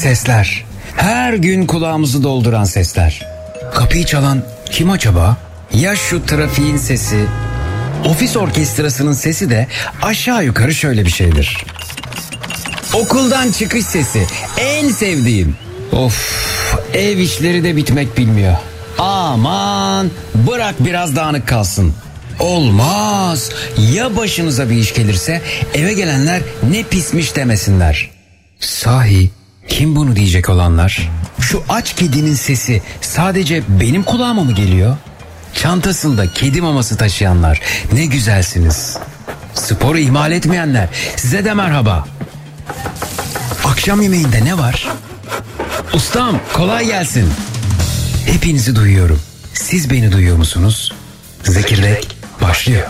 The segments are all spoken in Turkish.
Sesler. Her gün kulağımızı dolduran sesler. Kapıyı çalan kim acaba? Ya şu trafiğin sesi, ofis orkestrasının sesi de aşağı yukarı şöyle bir şeydir. Okuldan çıkış sesi, en sevdiğim. Of, ev işleri de bitmek bilmiyor. Aman, bırak biraz dağınık kalsın. Olmaz. Ya başınıza bir iş gelirse eve gelenler ne pismiş demesinler. Sahi kim bunu diyecek olanlar? Şu aç kedinin sesi sadece benim kulağıma mı geliyor? Çantasında kedi maması taşıyanlar, ne güzelsiniz. Sporu ihmal etmeyenler, size de merhaba. Akşam yemeğinde ne var? Ustam, kolay gelsin. Hepinizi duyuyorum. Siz beni duyuyor musunuz? Zekirdek başlıyor.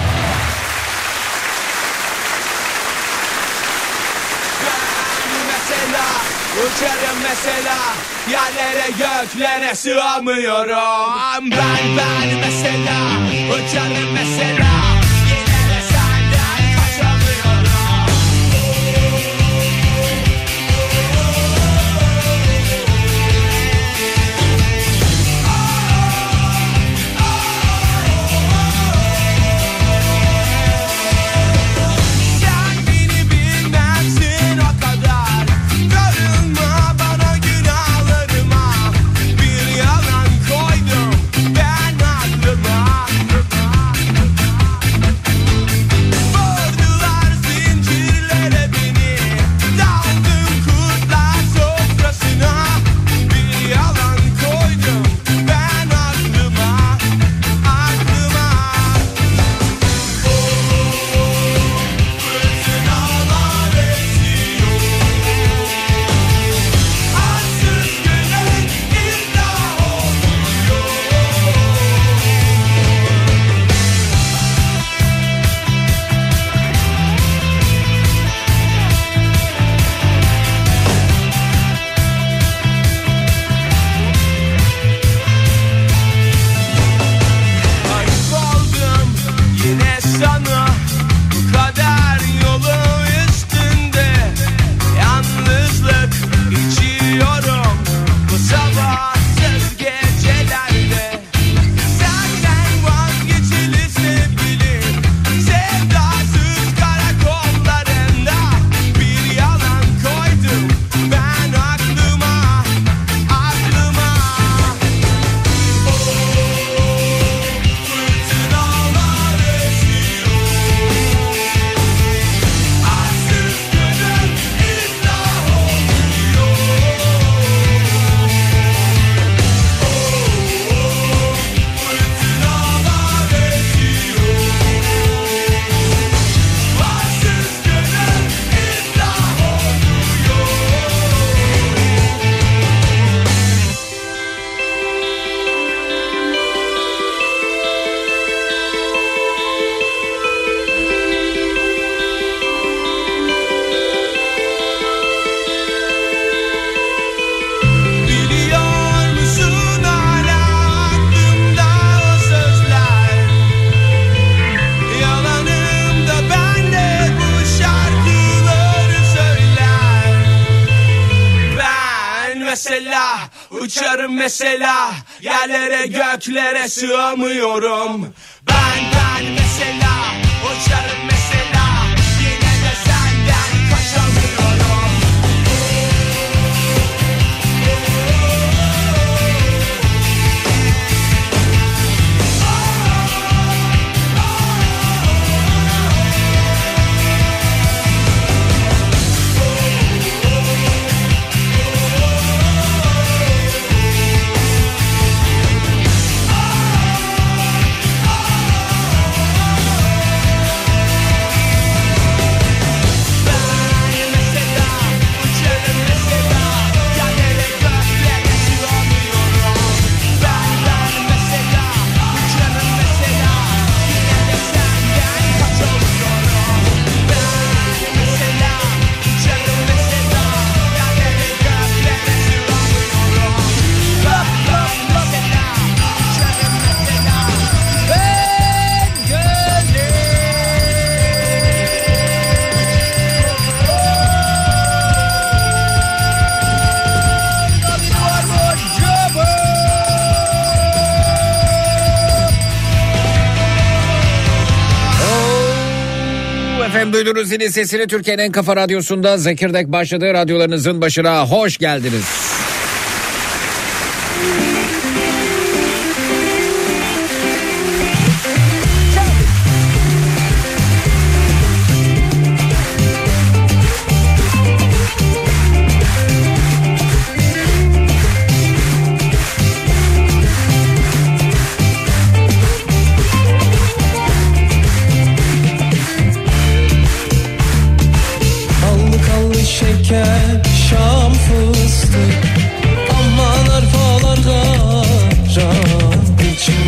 Uçarım mesela, yerlere göklere sığamıyorum. Ben mesela, uçarım mesela, yine de senden kaçamıyorum. Sen beni bilmezsin o kadar. Darılma bana, günahlarıma. Bir yalan koydum ben aklıma. Vurdular zincirlere beni. Daldım kurtlar sofrasına. Bir yalan koydum ben aklıma. Fırtınalar esiyor. Arsız güneş illa oluyor. Ayıp oldum yine sana, bu kadar yolu üstünde. Yalnızlık içiyorum bu sabahsız gecelerde. Senden vazgeçili sevgilim, sevdasız karakollarında. Bir yalan koydum ben aklıma. Fırtınalar esiyor. Arsız günüm illa oluyor. Fırtınalar esiyor. Arsız günüm illa oluyor. Biliyor musun hala aklımda o sözler? Yalanım da ben de bu şarkıları söyler. Ben mesela, uçarım mesela, yerlere göklere sığamıyorum. Ben mesela, uçarım mesela, yine de senden kaçamıyorum. Efendim duydunuz zilin sesini, Türkiye'nin en kafa radyosunda Zekirdek başladı. Radyolarınızın başına hoş geldiniz. Şam fıstık, aman arpalarda rancık.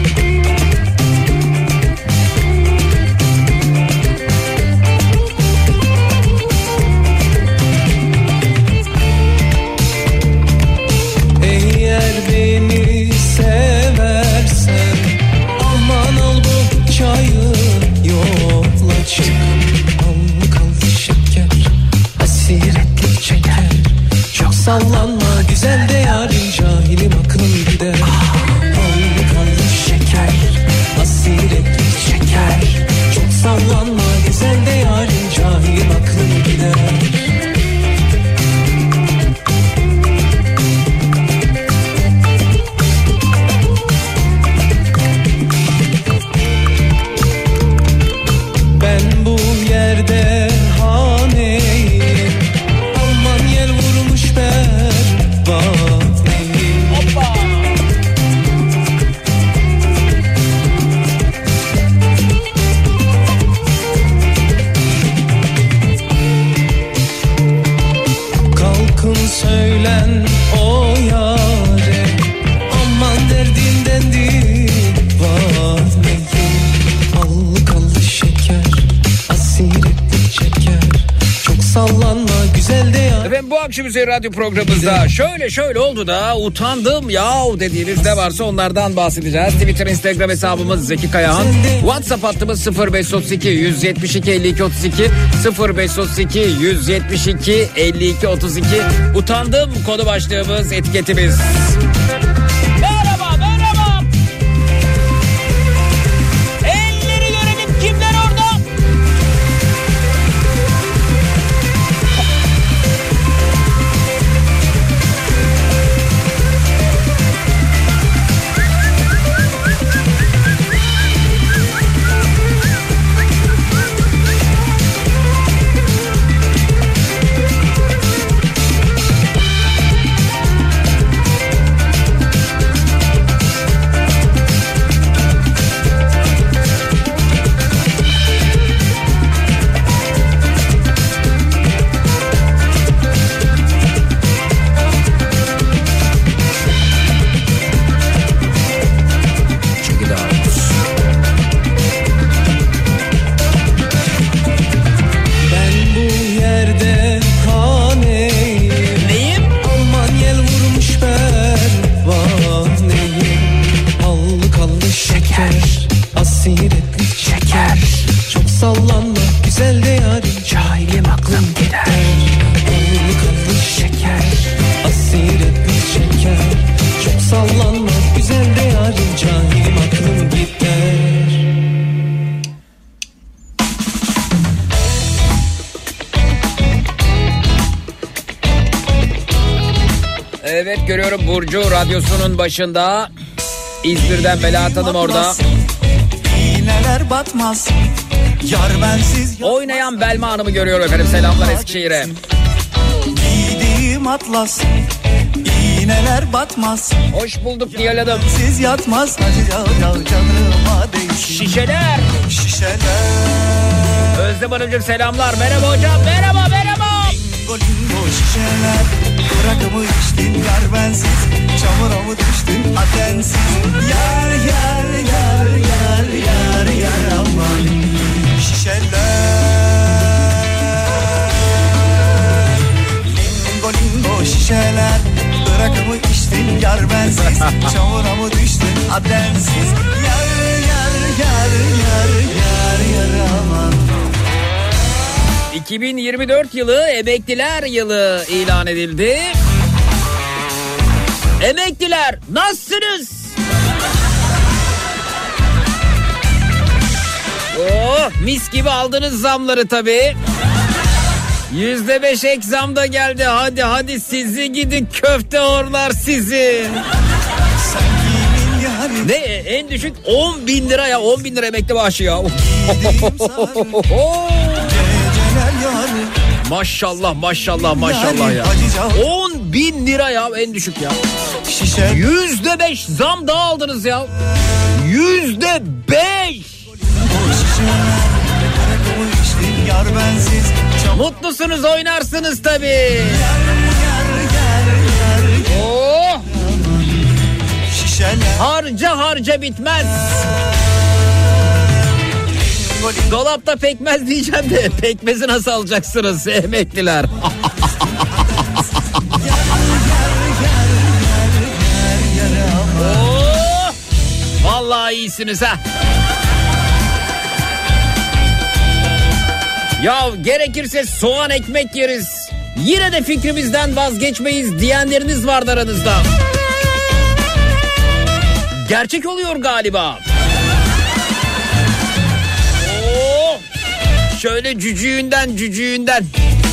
Eğer beni seversen aman al bu çayı yola çık. Al kaldı şeker, hasiretlik çeker. Çok sallanma güzel de yarim, cahilim aklım gider. Al kaldı şeker, hasiretlik çeker. Çok sallanma güzel de yarim, cahilim aklım gider. Ben bu yerde haneyim, aman yel vurmuş berbateyim. Hoppa! Kalkın söylen o yâre, aman derdinden divaneyim. Al kaldı şeker, hasiretlik çeker. Çok sallanma güzel de ya. Efendim bu akşam üzeri radyo programımızda şöyle oldu da utandım yahu dediğiniz ne varsa onlardan bahsedeceğiz. Twitter, Instagram hesabımız Zeki Kayahan. WhatsApp hattımız 0532 172 52 32 0532 172 52 32. Utandım konu başlığımız, etiketimiz. Merhaba. Elleri görelim, kimler orada? Evet görüyorum Burcu radyosunun başında. İzmir'den Melahat Hanım orada. İğneler batmaz. Yar bensiz. Oynayan Belma Hanım'ı görüyorum efendim. Selamlar Eskişehir'e. Giydiğim atlas. İğneler batmaz. Hoş bulduk Nihal Hanım. Siz yatmaz. Canıma değsin. Şişeler. Özlem Hanımcığım selamlar. Merhaba hocam. Merhaba. Lingo şişeler. Bırakımı içtin yar bensiz. Çamura mı düştün atensiz. Yar aman. Şişeler. Lingo şişeler. Bırakımı içtin yar bensiz. Çamura mı düştün atensiz. Yar aman. 2024 yılı emekliler yılı ilan edildi. Emekliler nasılsınız? Oh, mis gibi aldınız zamları tabii. %5 ek zam da geldi. Hadi sizi gidin köfte horlar sizi. Ne en düşük 10 bin lira ya, 10 bin lira emekli maaşı ya. Maşallah ya. 10 bin lira ya en düşük ya. %5 zam daha aldınız ya. %5. Mutlusunuz, oynarsınız tabii. Oh. Harca bitmez. Dolapta pekmez diyeceğim de pekmezi nasıl alacaksınız emekliler? Oh. Vallahi iyisiniz ha. Ya gerekirse soğan ekmek yeriz. Yine de fikrimizden vazgeçmeyiz diyenleriniz vardı aranızda. Gerçek oluyor galiba. Oo, şöyle cücüğünden.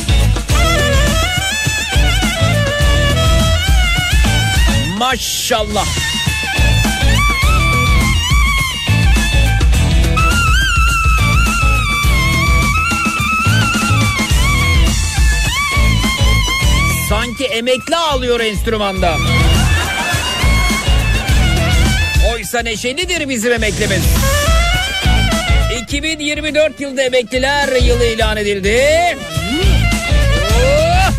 Maşallah. Sanki emekli ağlıyor enstrümanda. Oysa neşelidir bizim emeklimiz. 2024 yılında emekliler yılı ilan edildi. Oh!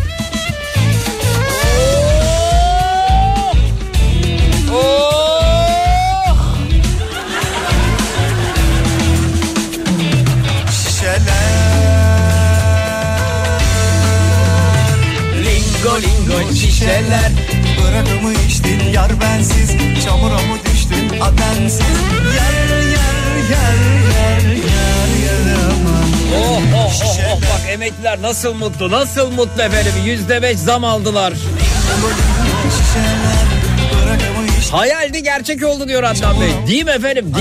Oh! Oh! Lingo şişeler. Bırakımı içtin yar bensiz, çamura mı düştün adensiz. Oh bak emekliler nasıl mutlu efendim, %5 zam aldılar. Hayaldi gerçek oldu diyor Adnan Bey. Değil mi efendim?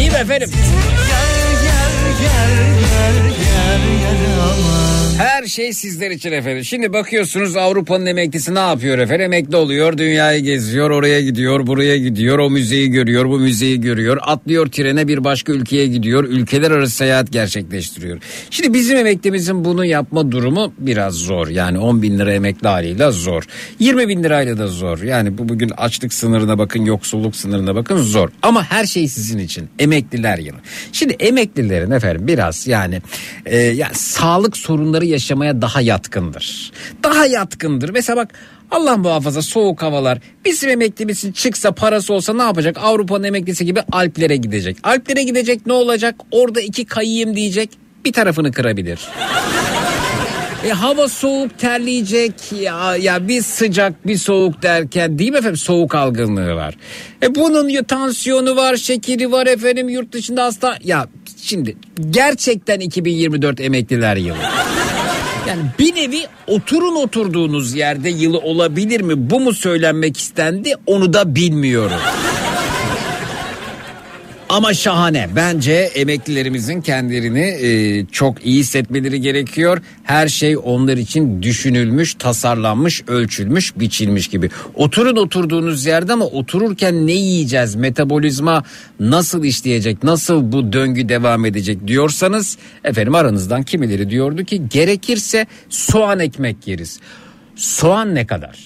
Her şey sizler için efendim. Şimdi bakıyorsunuz Avrupa'nın emeklisi ne yapıyor efendim? Emekli oluyor, dünyayı geziyor, oraya gidiyor, buraya gidiyor, o müzeyi görüyor, bu müzeyi görüyor. Atlıyor trene bir başka ülkeye gidiyor, ülkeler arası seyahat gerçekleştiriyor. Şimdi bizim emeklimizin bunu yapma durumu biraz zor. Yani 10 bin lira emekli haliyle zor. 20 bin lirayla da zor. Yani bu bugün açlık sınırına bakın, yoksulluk sınırına bakın, zor. Ama her şey sizin için. Emekliler yılı. Şimdi emeklilerin efendim biraz yani sağlık sorunları yaşamaya daha yatkındır. Mesela bak Allah muhafaza soğuk havalar. Bizim emeklimizin çıksa parası olsa ne yapacak? Avrupa'nın emeklisi gibi Alplere gidecek. Alplere gidecek, ne olacak? Orada 2 kayayım diyecek. Bir tarafını kırabilir. Hava soğuk, terleyecek ya bir sıcak bir soğuk derken, değil mi efendim, soğuk algınlığı var. Bunun tansiyonu var, şekeri var efendim, yurt dışında hasta. Ya şimdi gerçekten 2024 emekliler yılı. Yani bir nevi oturduğunuz yerde yılı olabilir mi? Bu mu söylenmek istendi? Onu da bilmiyorum. Ama şahane. Bence emeklilerimizin kendilerini çok iyi hissetmeleri gerekiyor. Her şey onlar için düşünülmüş, tasarlanmış, ölçülmüş, biçilmiş gibi. Oturduğunuz yerde ama otururken ne yiyeceğiz? Metabolizma nasıl işleyecek? Nasıl bu döngü devam edecek diyorsanız efendim aranızdan kimileri diyordu ki gerekirse soğan ekmek yeriz. Soğan ne kadar?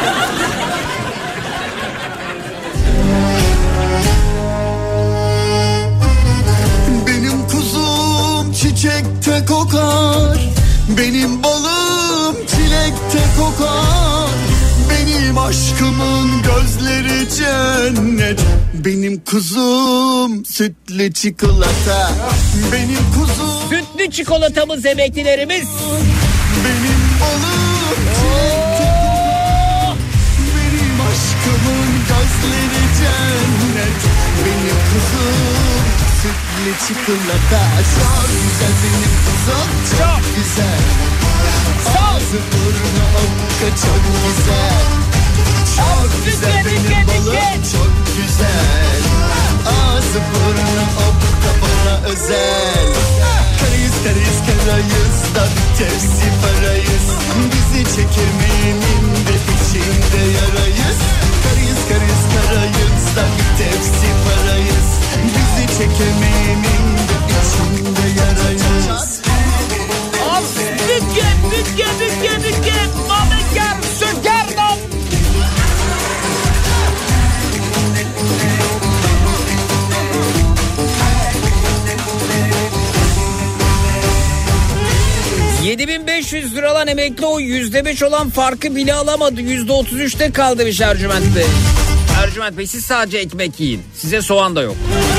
Çiçekte kokar, benim balım çilekte kokar. Benim aşkımın gözleri cennet, benim kuzum sütlü çikolata. Benim kuzum sütlü çikolatamız emeklilerimiz. Benim balım çilekte kokar. Benim aşkımın gözleri cennet, benim kuzum sütlü çikolata. Çok güzel benim kızım, çok güzel. Ağzı burnu okka çok güzel. Çok güzel benim balım, çok güzel. Ağzı burnu okka bana özel. karayız da bir tepsi parayız. Bizi çeker miyiminde içinde yarayız. Karayız karayız karayız da bir tepsi parayız. Bizi çeker miyiminde içinde yarayız. Bükge Mameker Söker'den. $7.500 olan emekli o %5 olan farkı bile alamadı. %33'te kaldı demiş Ercüment Bey. Ercüment Bey siz sadece ekmek yiyin. Size soğan da yok.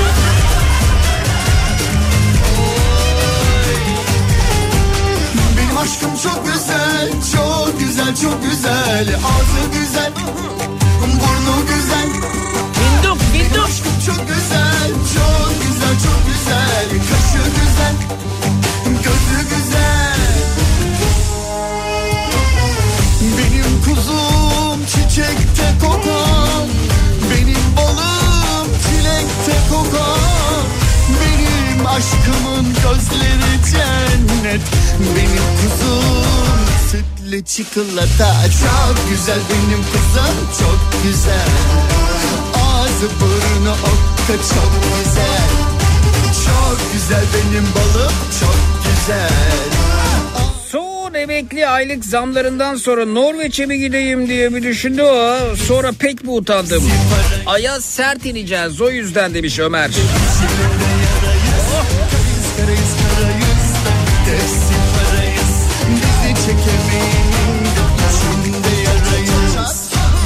Benim aşkım çok güzel, çok güzel, çok güzel. Ağzı güzel, burnu güzel. Benim aşkım çok güzel, çok güzel, çok güzel. Kaşı güzel, gözü güzel. Benim kuzum çiçekte kokar. Benim balım çilekte kokar. Benim aşkımın gözleri cennet. Benim kuzum sütlü çikolata. Çok güzel benim kuzum, çok güzel. Ağzı burnu okka, çok güzel. Çok güzel benim balım, çok güzel. Son emekli aylık zamlarından sonra Norveç'e mi gideyim diye bir düşündü o. Sonra pek mi utandım. Aya sert ineceğiz o yüzden demiş Ömer. Karayız karayız da tepsi parayız. Bizi çekemeyin içinde yarayız.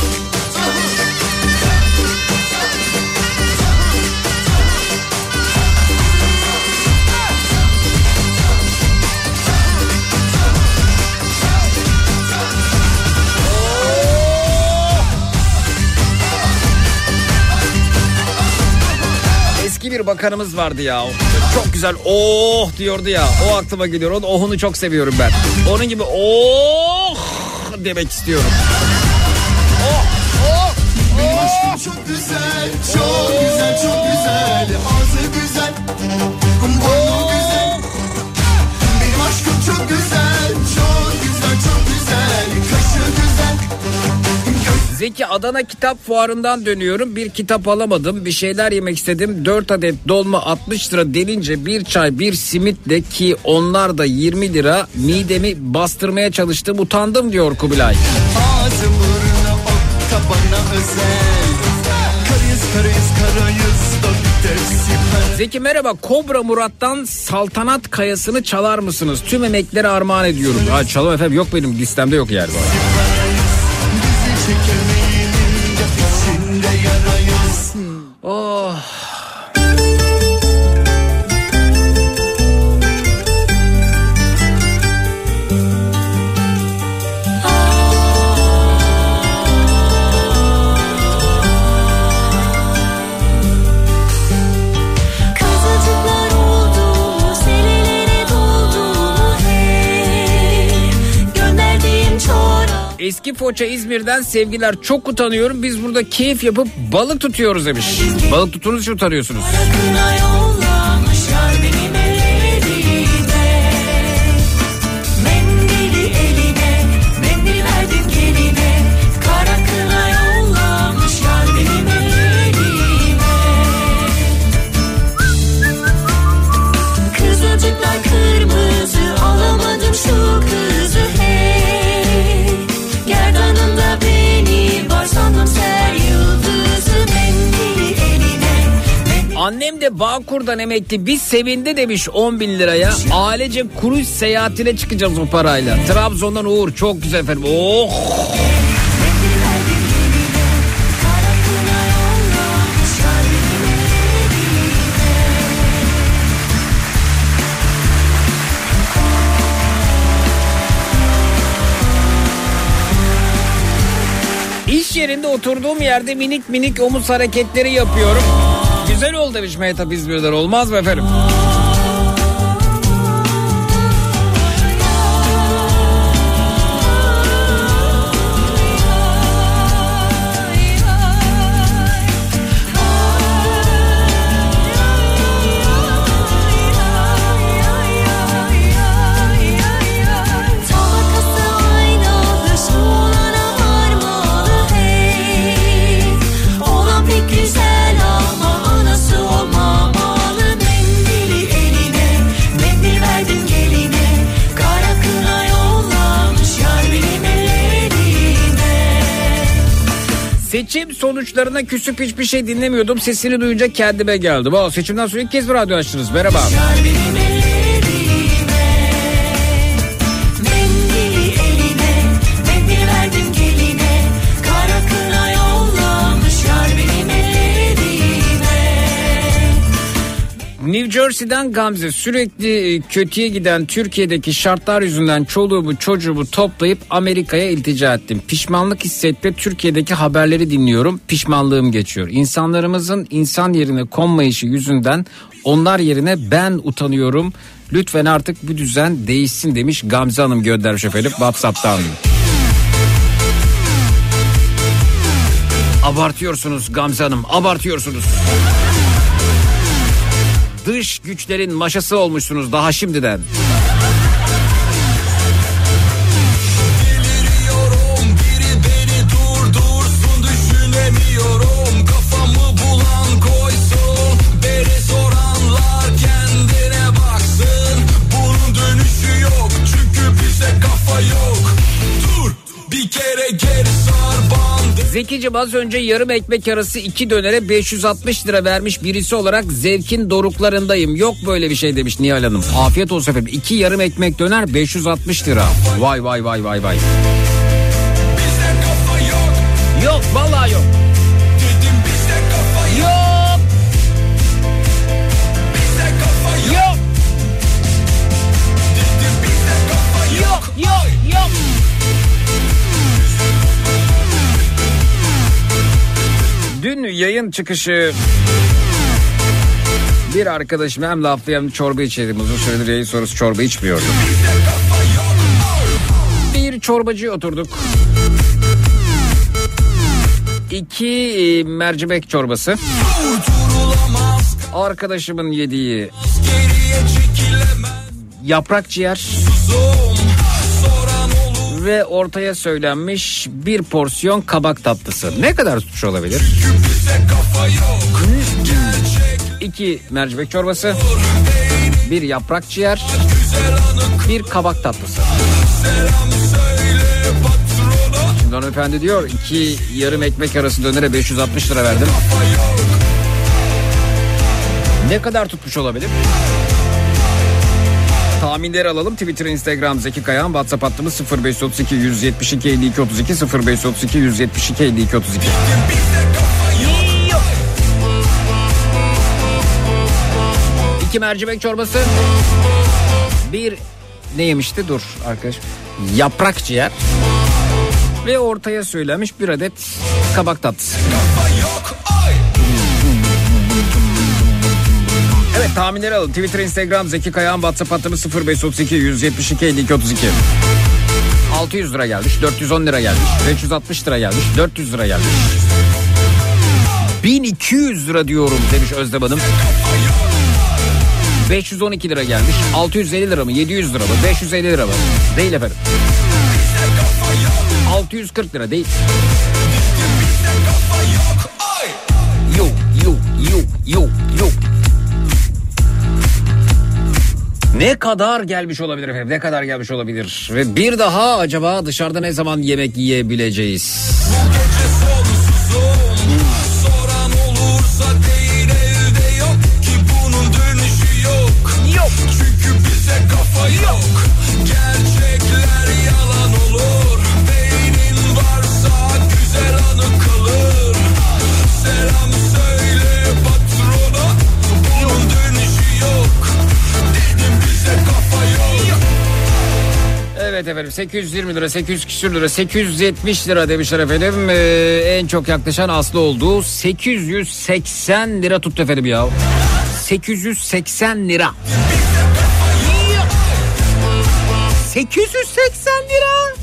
Eski bir bakanımız vardı ya. Çok güzel oh diyordu ya. O aklıma geliyor. Onun ohunu çok seviyorum ben. Onun gibi oh demek istiyorum. Benim aşkım çok güzel, çok güzel, çok güzel. Ağzı güzel, burnu güzel. Benim aşkım çok güzel, çok güzel, çok güzel. Kaşı güzel. Zeki Adana Kitap Fuarı'ndan dönüyorum. Bir kitap alamadım. Bir şeyler yemek istedim. 4 adet dolma 60 lira denince bir çay bir simitle ki onlar da 20 lira midemi bastırmaya çalıştım. Utandım diyor Kubilay. Ağzı burnu okka bana özel. Karayız karayız karayız da bir tepsi parayız. Zeki merhaba. Kobra Murat'tan Saltanat Kayası'nı çalar mısınız? Tüm emeklilere armağan ediyorum. Ha, çalım efendim yok benim listemde yok yani. Bizi çekemeyin içinde yarayız. Oh. Kazıcıklar oldu, selelere doldu hey. Gönderdiğim çorap. Eski Foça İzmir'den sevgiler. Çok utanıyorum. Biz burada keyif yapıp balık tutuyoruz demiş. Balık tuttuğunuz için utanıyorsunuz. Rakına yollamışlar benim ellerime. Mendili eline, mendil verdim geline. Kara kına yollamışlar benim ellerime. Kızılcıklar kırmızı, alamadım şu kızı hey. Gerdanında beni var sandım ser yıldızı. Mendili eline, Annem de Bağkur'dan emekli. Biz sevindi demiş 10 bin liraya. Ailece kruiz seyahatine çıkacağız o parayla. Trabzon'dan Uğur. Çok güzel efendim. Oh. kara kına yollamışlar benim ellerime. İş yerinde oturduğum yerde minik minik omuz hareketleri yapıyorum. Güzel oldu demiş Mehtap İzmir'den. Olmaz mı efendim? Seçim sonuçlarına küsüp hiçbir şey dinlemiyordum. Sesini duyunca kendime geldim. Seçimden sonra ilk kez bir radyo açtınız. Merhaba. Benim ellerime, mendili eline, mendil verdim geline, kara kına yollamış yar benim ellerime. New Jersey'den Gamze, sürekli kötüye giden Türkiye'deki şartlar yüzünden çoluğumu çocuğumu toplayıp Amerika'ya iltica ettim. Pişmanlık hissetme, Türkiye'deki haberleri dinliyorum, pişmanlığım geçiyor. İnsanlarımızın insan yerine konmayışı yüzünden onlar yerine ben utanıyorum. Lütfen artık bu düzen değişsin demiş Gamze Hanım, göndermiş efendim WhatsApp'tan. Abartıyorsunuz Gamze Hanım, abartıyorsunuz. Dış güçlerin maşası olmuşsunuz daha şimdiden. Deliriyorum, biri beni durdursun, düşünemiyorum, kafamı bulan koysun, beni soranlar kendine baksın, bunun dönüşü yok çünkü bize kafa yok. Dur bir kere geri sar bandı. Zekicim, az önce yarım ekmek arası 2 dönere 560 lira vermiş birisi olarak zevkin doruklarındayım. Yok böyle bir şey demiş Nihal Hanım. Afiyet olsun efendim. 2 yarım ekmek döner 560 lira. Vay vay vay vay vay. Bize kafa yok, Yok vallahi yok. dedim bize kafa yok, Yok bize kafa yok, yok dedim bize kafa yok. yok yok. Dün yayın çıkışı bir arkadaşım hem laflı hem çorba içelim. Uzun süredir yayın sonrası çorba içmiyordum. Bir çorbacıya oturduk. 2 mercimek çorbası. Arkadaşımın yediği Geriye çekilemez yaprak ciğer soran olur, ve ortaya söylenmiş bir porsiyon kabak tatlısı. Ne kadar tutmuş olabilir? bize kafa yok, 2 mercimek çorbası, bir yaprak ciğer, bir kabak tatlısı. Şimdi hanımefendi diyor 2 yarım ekmek arası dönere 560 lira verdim. Ne kadar tutmuş olabilir? Tahminleri alalım. Twitter, Instagram Zeki Kayağan, WhatsApp hattımız 0532 172 52 32 0532 172 52 32. İki mercimek çorbası, bir ne yemişti? Dur arkadaş. Yaprak ciğer ve ortaya söylenmiş bir adet kabak tatlısı. Evet, tahminleri alın. Twitter, Instagram Zeki Kayağan, WhatsApp hattımız 0532 172 52 32. 600 lira gelmiş, 410 lira gelmiş, 560 lira gelmiş, 400 lira gelmiş. 1200 lira diyorum demiş Özlem Hanım. 512 lira gelmiş. 650 lira mı? 700 lira mı? 550 lira mı? Değil efendim. 640 lira değil. Yo yo yo yo yo. Ne kadar gelmiş olabilir efendim? Ne kadar gelmiş olabilir? Ve bir daha acaba dışarıda ne zaman yemek yiyebileceğiz? soran olursa değil elde yok ki bunun dönüşü yok. Yok çünkü bize kafa yok. Gerçekler yalan olur. Beynin varsa güzel anı kalır. Selam söyle patrona, bunun dönüşü yok. Dedim bize kafa yok. Evet efendim, 820 lira, 800 küsür lira, 870 lira demişler efendim. En çok yaklaşan Aslı oldu. 880 lira tuttu efendim ya. 880 lira. 880 lira.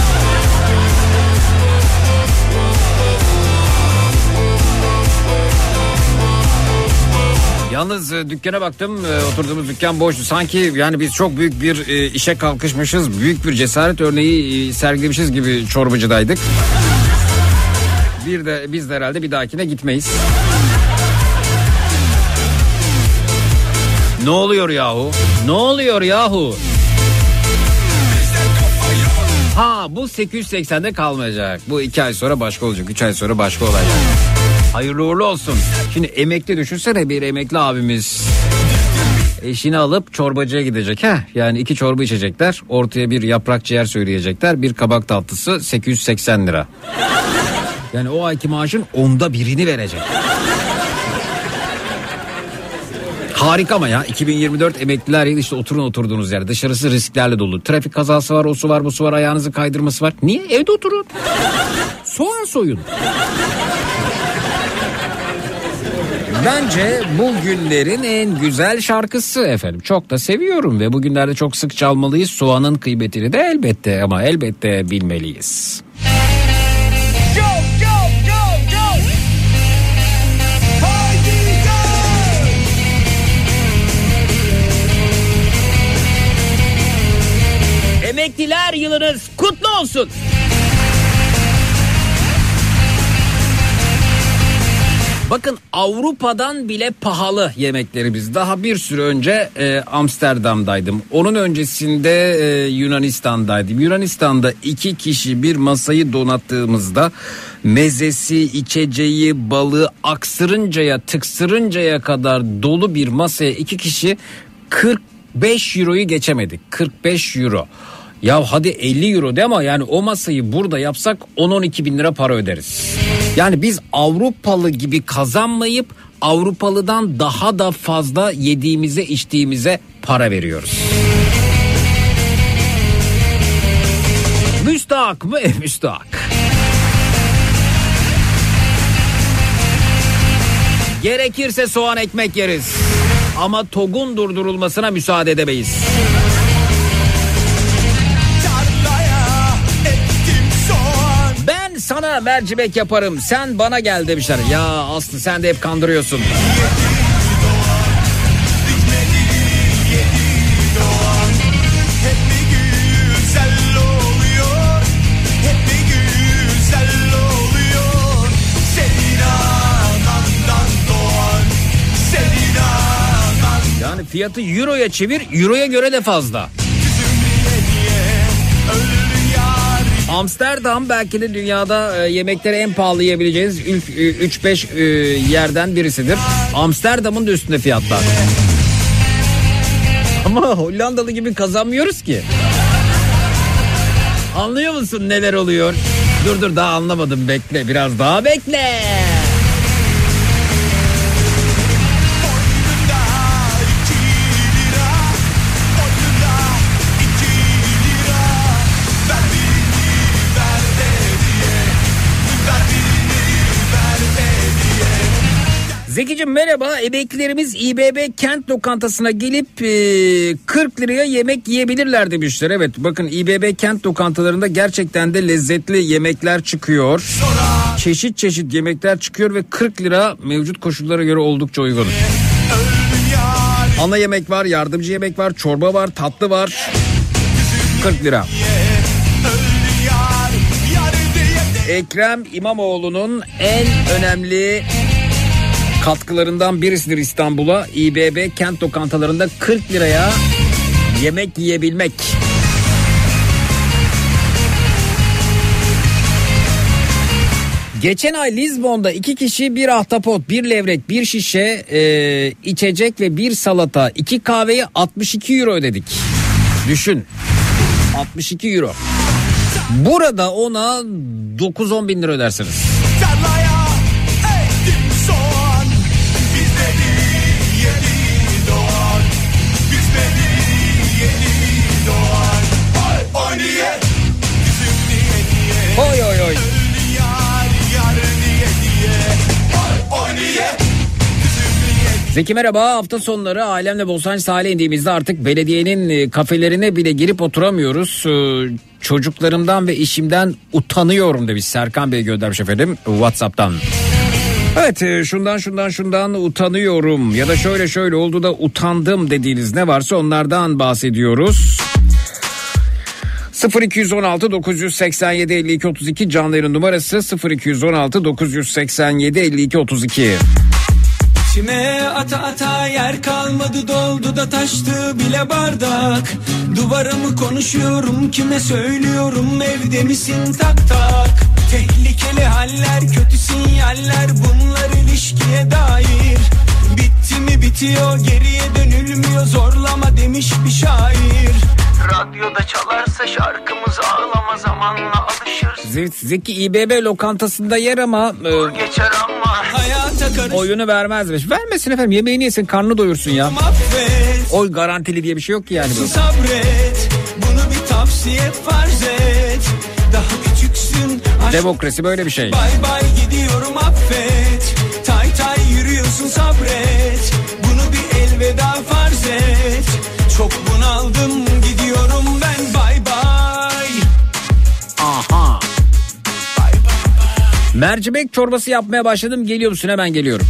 Yalnız dükkana baktım, oturduğumuz dükkan boştu. Sanki yani biz çok büyük bir işe kalkışmışız, büyük bir cesaret örneği sergilemişiz gibi çorbacıdaydık. Biz de herhalde bir dahakine gitmeyiz. Ne oluyor yahu? Ne oluyor yahu? Ha Ama bu 880'de kalmayacak. Bu 2 ay sonra başka olacak. 3 ay sonra başka olacak. Hayırlı uğurlu olsun. Şimdi emekli düşünsene, bir emekli abimiz eşini alıp çorbacıya gidecek. Yani 2 çorba içecekler. Ortaya bir yaprak ciğer söyleyecekler. Bir kabak tatlısı 880 lira. Yani o ayki maaşın 1/10'ını verecek. Harika ama ya 2024 emekliler yılı, işte oturun oturduğunuz yer. Dışarısı risklerle dolu. Trafik kazası var, o su var, bu su var, ayağınızı kaydırması var. Niye? Evde oturun. Soğan soyun. Bence bu günlerin en güzel şarkısı efendim. Çok da seviyorum ve bugünlerde çok sık çalmalıyız. Soğanın kıymetini de elbette bilmeliyiz. Emekliler yılınız kutlu olsun. Bakın Avrupa'dan bile pahalı yemeklerimiz. Daha bir süre önce Amsterdam'daydım. Onun öncesinde Yunanistan'daydım. Yunanistan'da 2 kişi bir masayı donattığımızda mezesi, içeceği, balığı aksırıncaya, tıksırıncaya kadar dolu bir masaya 2 kişi 45 euroyu geçemedik. 45 euro. Ya hadi 50 euro de ama yani o masayı burada yapsak 10-12 bin lira para öderiz. Yani biz Avrupalı gibi kazanmayıp Avrupalıdan daha da fazla yediğimize içtiğimize para veriyoruz. Müstahak mı? Müstahak. Gerekirse soğan ekmek yeriz. Ama TOG'un durdurulmasına müsaade edemeyiz. Ben sana mercimek yaparım, sen bana gel demişler. Ya Aslı sen de hep kandırıyorsun. Yani fiyatı euroya çevir, euroya göre de fazla. Amsterdam belki de dünyada yemekleri en pahalı yiyebileceğiniz ilk 3-5 yerden birisidir. Amsterdam'ın da üstünde fiyatlar. Ama Hollandalı gibi kazanmıyoruz ki. Anlıyor musun neler oluyor? Dur daha anlamadım, bekle, biraz daha bekle. Zekicim merhaba, emeklilerimiz İBB kent lokantasına gelip 40 liraya yemek yiyebilirler demişler. Evet bakın, İBB kent lokantalarında gerçekten de lezzetli yemekler çıkıyor. Çeşit yemekler çıkıyor ve 40 lira mevcut koşullara göre oldukça uygun. Ana yemek var, yardımcı yemek var, çorba var, tatlı var. 40 lira. Ekrem İmamoğlu'nun en önemli katkılarından birisidir İstanbul'a. İBB kent lokantalarında 40 liraya yemek yiyebilmek. Geçen ay Lizbon'da 2 kişi bir ahtapot, bir levrek, bir şişe içecek ve bir salata, 2 kahveye 62 euro ödedik. Düşün. 62 euro. Burada ona 9-10 bin lira ödersiniz. Oy oy oy. Zeki merhaba, hafta sonları ailemle Bostancı sahile indiğimizde artık belediyenin kafelerine bile girip oturamıyoruz. Çocuklarımdan ve işimden utanıyorum demiş Serkan Bey, göndermiş efendim WhatsApp'tan. Evet, şundan utanıyorum ya da şöyle oldu da utandım dediğiniz ne varsa onlardan bahsediyoruz. 0216 987 52 32 canlı yayın numarası 0216 987 52 32. İçime ata ata yer kalmadı, doldu da taştı bile bardak. Duvara mı konuşuyorum, kime söylüyorum, evde misin tak tak. Tehlikeli haller, kötü sinyaller, bunlar ilişkiye dair. Bitti mi bitiyor, geriye dönülmüyor, zorlama demiş bir şair. Radyoda çalarsa şarkımız ağlama, zamanla alışırsın. Zeki İBB lokantasında yer ama Geçer ama hayata karış. oyunu vermezmiş. Vermesin efendim, yemeğini yesin, karnını doyursun ya. Affet, Oy garantili diye bir şey yok ki yani. sabret, bunu bir tavsiye farz et. Daha küçüksün, aşk Demokrasi böyle bir şey. bay bay gidiyorum affet. Tay tay yürüyorsun sabret, bunu bir elveda farz et. Çok bunaldım gidiyorum ben, bay bay. Aha. Mercimek çorbası yapmaya başladım, geliyor musun? Hemen geliyorum.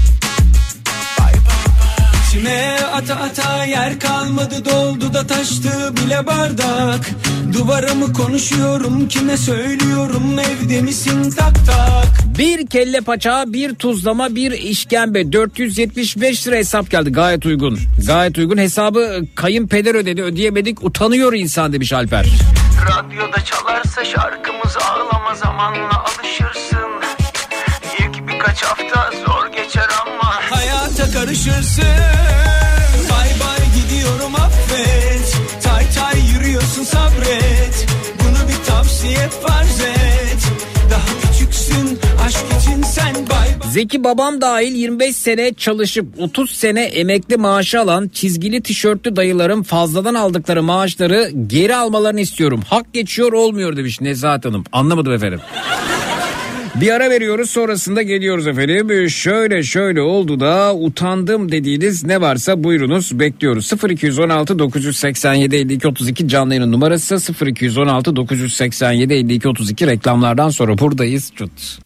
İçime ata ata yer kalmadı, doldu da taştı bile bardak. Duvara mı konuşuyorum, kime söylüyorum, evde misin tak tak. Bir kelle paça, bir tuzlama, bir işkembe, 475 lira hesap geldi. Gayet uygun. Gayet uygun. Hesabı kayınpeder ödedi, ödeyemedik, utanıyor insan demiş Alper. Radyoda çalarsa şarkımız ağlama, zamanla alışırsın. İlk birkaç hafta zor geçer ama hayata karışırsın. Bay bay gidiyorum affet. Tay tay yürüyorsun sabret. Bunu bir tavsiye farz et. Daha küçüksün aşk için sen, bay bay. Zeki babam dahil 25 sene çalışıp 30 sene emekli maaşı alan çizgili tişörtlü dayıların fazladan aldıkları maaşları geri almalarını istiyorum. Hak geçiyor olmuyor demiş Nezahat Hanım. Anlamadım efendim. Bir ara veriyoruz, sonrasında geliyoruz efendim. Şöyle oldu da utandım dediğiniz ne varsa buyurunuz, bekliyoruz. 0216 987 52 32 canlı yayın numarası, 0216 987 52 32. Reklamlardan sonra buradayız. Çut.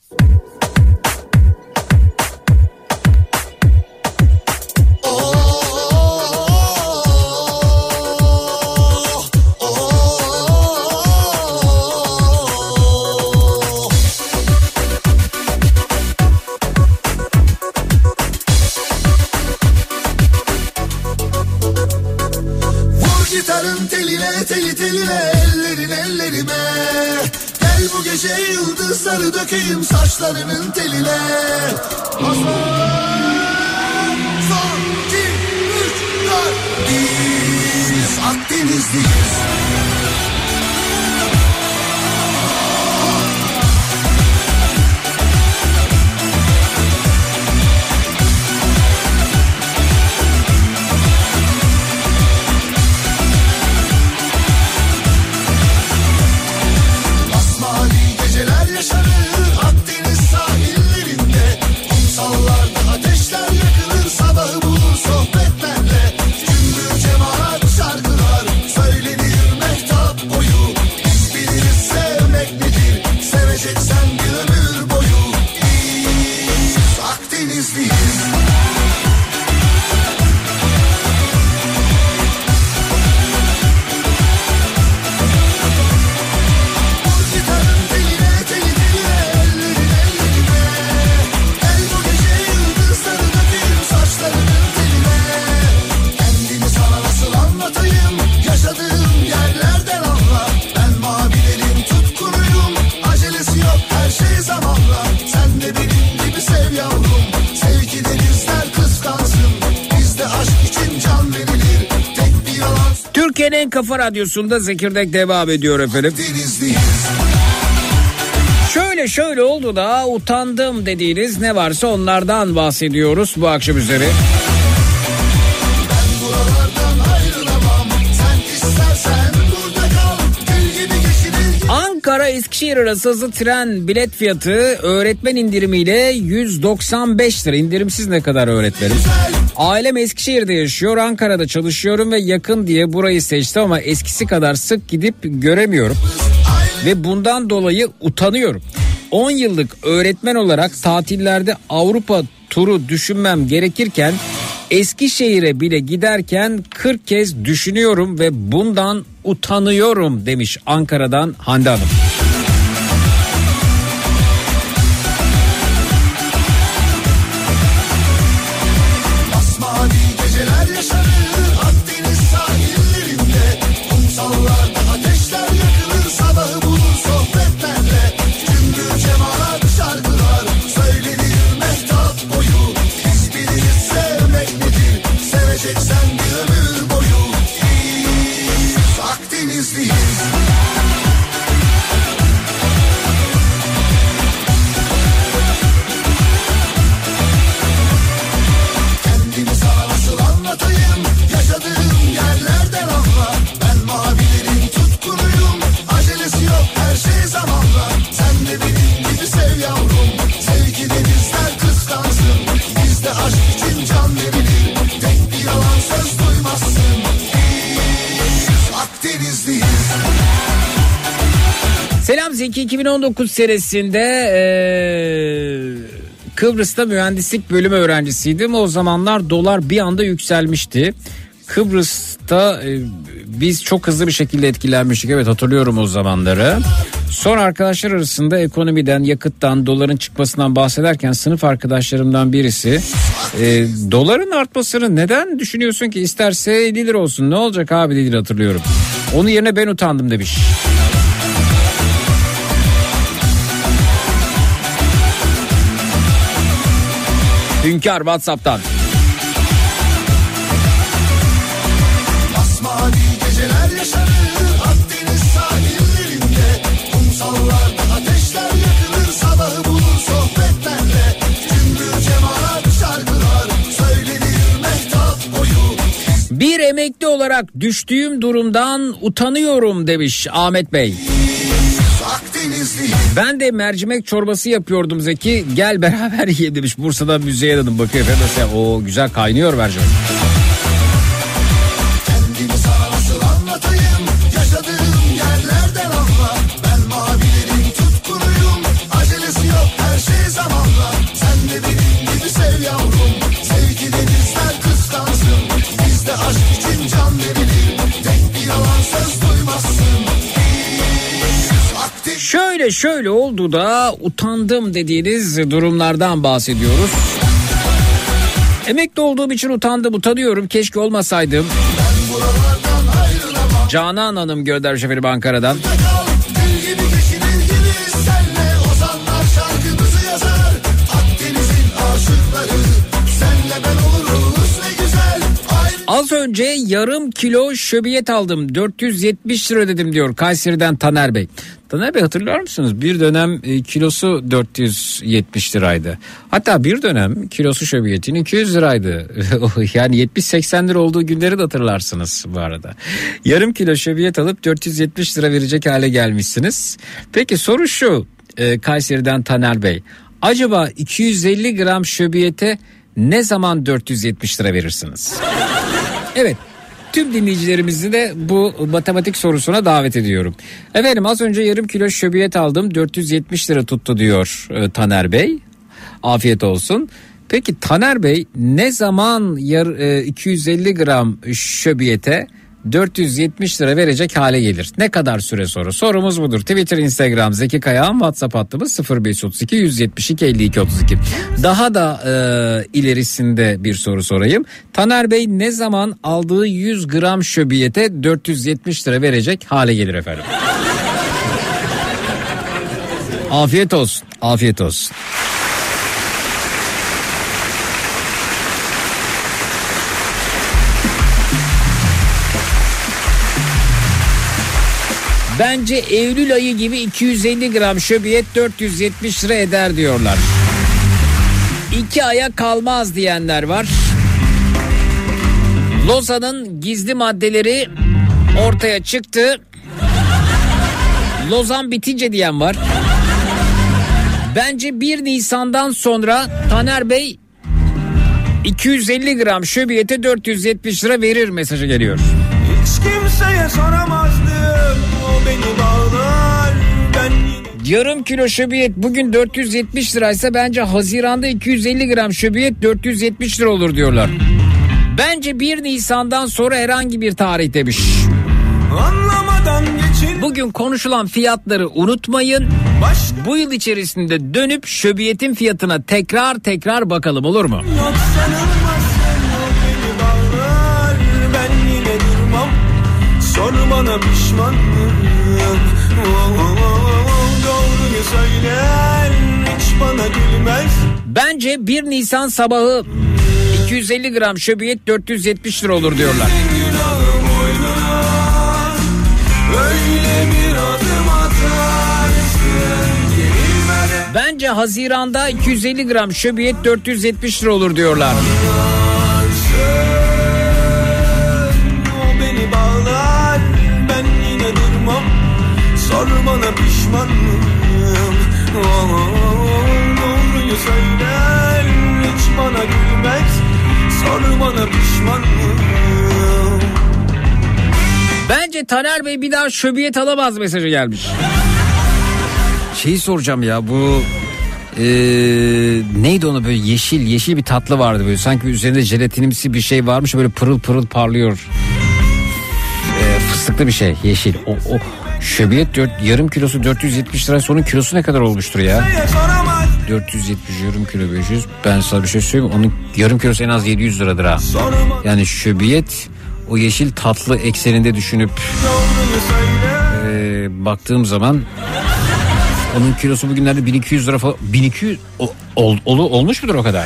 Gitarın teline, teli teline, ellerin ellerime. Gel bu gece yıldızları dökeyim saçlarının teline. Son, 2, 3, 4. Biz Akdenizliyiz. Akdeniz sahillerinde kumsallarda ateşler yakılır, sabahı bulur sohbetlerle. Cümbür cemaat şarkılar söylenir mehtap boyu. Biz biliriz sevmek nedir, seveceksen bir ömür boyu. Biz Akdenizliyiz. Türkiye'nin en kafa radyosunda Zekirdek devam ediyor efendim. Şöyle oldu da utandım dediğiniz ne varsa onlardan bahsediyoruz bu akşam üzeri. Ankara Eskişehir arası hızlı tren bilet fiyatı öğretmen indirimiyle 195 lira. İndirimsiz ne kadar öğretmenim? Ailem Eskişehir'de yaşıyor, Ankara'da çalışıyorum ve yakın diye burayı seçtim ama eskisi kadar sık gidip göremiyorum. Ve bundan dolayı utanıyorum. 10 yıllık öğretmen olarak tatillerde Avrupa turu düşünmem gerekirken Eskişehir'e bile giderken 40 kez düşünüyorum ve bundan utanıyorum demiş Ankara'dan Hande Hanım. Zeki 2019 senesinde Kıbrıs'ta mühendislik bölümü öğrencisiydim. O zamanlar dolar bir anda yükselmişti. Kıbrıs'ta biz çok hızlı bir şekilde etkilenmiştik. Evet, hatırlıyorum o zamanları. Sonra arkadaşlar arasında ekonomiden, yakıttan, doların çıkmasından bahsederken sınıf arkadaşlarımdan birisi doların artmasını neden düşünüyorsun ki, isterse 50 lira olsun, ne olacak abi dediğini hatırlıyorum. Onun yerine ben utandım demiş. Hünkar WhatsApp'tan. Masmavi geceler yaşanır Akdeniz sahillerinde. Kumsallarda ateşler yakılır, sabahı bulur sohbetlerle. Cümbür cemaat şarkılar söylenir mehtap boyu. Bir emekli olarak düştüğüm durumdan utanıyorum demiş Ahmet Bey. Ben de mercimek çorbası yapıyordum Zeki. Gel beraber yiyelim demiş. Bursa'dan Müzeyyen Hanım. Bakıyor efendim. O güzel kaynıyor mercimek. Kendimi sana nasıl anlatayım? Yaşadığım yerlerden anla. Ben mavilerin tutkunuyum. Acelesi yok, her şey zamanla. Sen de benim gibi sev yavrum. Sevgi denizler kıskansın. Bizde aşk için can verilir. Tek bir yalan söz duymazsın. Şöyle oldu da utandım dediğiniz durumlardan bahsediyoruz. Emekli olduğum için utanıyorum. Keşke olmasaydım. Canan Hanım göndermiş efendim Ankara'dan. Az önce yarım kilo şöbiyet aldım. 470 lira dedim diyor Kayseri'den Taner Bey. Taner Bey, hatırlar mısınız? Bir dönem kilosu 470 liraydı. Hatta bir dönem kilosu şöbiyetin 200 liraydı. Yani 70-80 lira olduğu günleri de hatırlarsınız bu arada. Yarım kilo şöbiyet alıp 470 lira verecek hale gelmişsiniz. Peki soru şu Kayseri'den Taner Bey. Acaba 250 gram şöbiyete ne zaman 470 lira verirsiniz? Evet, tüm dinleyicilerimizi de bu matematik sorusuna davet ediyorum. Efendim, az önce yarım kilo şöbiyet aldım, 470 lira tuttu diyor Taner Bey. Afiyet olsun. Peki Taner Bey ne zaman 250 gram şöbiyete 470 lira verecek hale gelir? Ne kadar süre sonra? Sorumuz budur. Twitter, Instagram Zeki Kayağan, WhatsApp hattımız 0532 172 52 32. Daha da ilerisinde bir soru sorayım. Taner Bey ne zaman aldığı 100 gram şöbiyete 470 lira verecek hale gelir efendim? Afiyet olsun. Afiyet olsun. Bence Eylül ayı gibi 250 gram şöbiyet 470 lira eder diyorlar. 2 aya kalmaz diyenler var. Lozan'ın gizli maddeleri ortaya çıktı. Lozan bitince diyen var. Bence 1 Nisan'dan sonra Taner Bey 250 gram şöbiyete 470 lira verir mesajı geliyor. Hiç kimseye soramazdım, o beni bağlar, ben yine... Yarım kilo şöbiyet bugün 470 liraysa bence Haziran'da 250 gram şöbiyet 470 lira olur diyorlar. Bence 1 Nisan'dan sonra herhangi bir tarih demiş. Anlamadan geçin... Bugün konuşulan fiyatları unutmayın. Bu yıl içerisinde dönüp şöbiyetin fiyatına tekrar bakalım, olur mu? Yok sanılmazsın, o beni bağlar, ben yine durmam. Sor bana pişman mıyım? Doğruyu söyler, hiç bana gülmez. Bence 1 Nisan sabahı 250 gram şöbiyet 470 lira olur diyorlar. Öyle bir adım atarsın, Bence Haziran'da 250 gram şöbiyet 470 lira olur diyorlar. o beni bağlar, ben yine durmam. Sor bana pişman mıyım? Doğruyu söyler, hiç bana gülmez. Sor bana pişman mıyım? Bence Taner Bey bir daha şöbiyet alamaz mesajı gelmiş. Şeyi soracağım ya, bu neydi onu, böyle yeşil bir tatlı vardı, böyle sanki üzerinde jelatinimsi bir şey varmış, böyle pırıl pırıl parlıyor. Fıstıklı bir şey, yeşil. O şöbiyet yarım kilosu 470 lira. Onun kilosu ne kadar olmuştur ya? 470 yarım kilo 500. Ben sana bir şey söyleyeyim, onun yarım kilosu en az 700 liradır ha. Yani şöbiyet o yeşil tatlı ekseninde düşünüp baktığım zaman onun kilosu bugünlerde 1200 lira falan. 1200 olmuş mudur o kadar?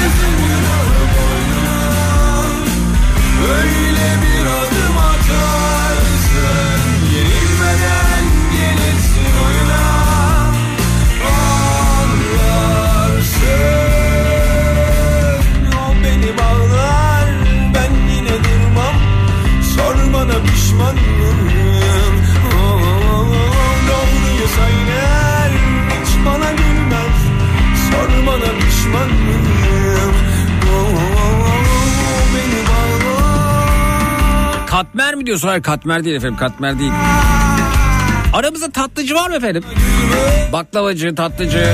Katmer mi diyorsun? Hayır, katmer değil efendim, katmer değil. Aramızda tatlıcı var mı efendim? Baklavacı, tatlıcı.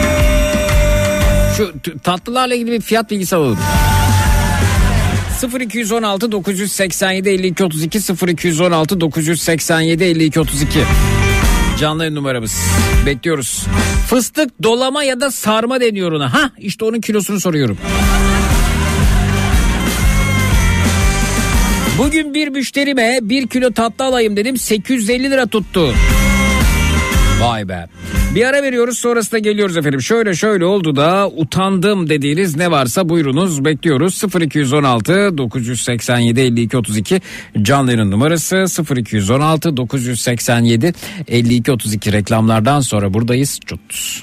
Şu tatlılarla ilgili bir fiyat bilgisi alalım. 0216 987 52 32 0216 987 52 32 canlı yayın numaramız. Bekliyoruz. Fıstık dolama ya da sarma deniyor ona. Ha, işte onun kilosunu soruyorum. Bugün bir müşterime 1 kilo tatlı alayım dedim, 850 lira tuttu. Vay be. Bir ara veriyoruz, sonrasında geliyoruz efendim. Şöyle oldu da utandım dediğiniz ne varsa buyurunuz, bekliyoruz. 0216 987 52 32 canlı yayın numarası. 0216 987 52 32 reklamlardan sonra buradayız. Çut.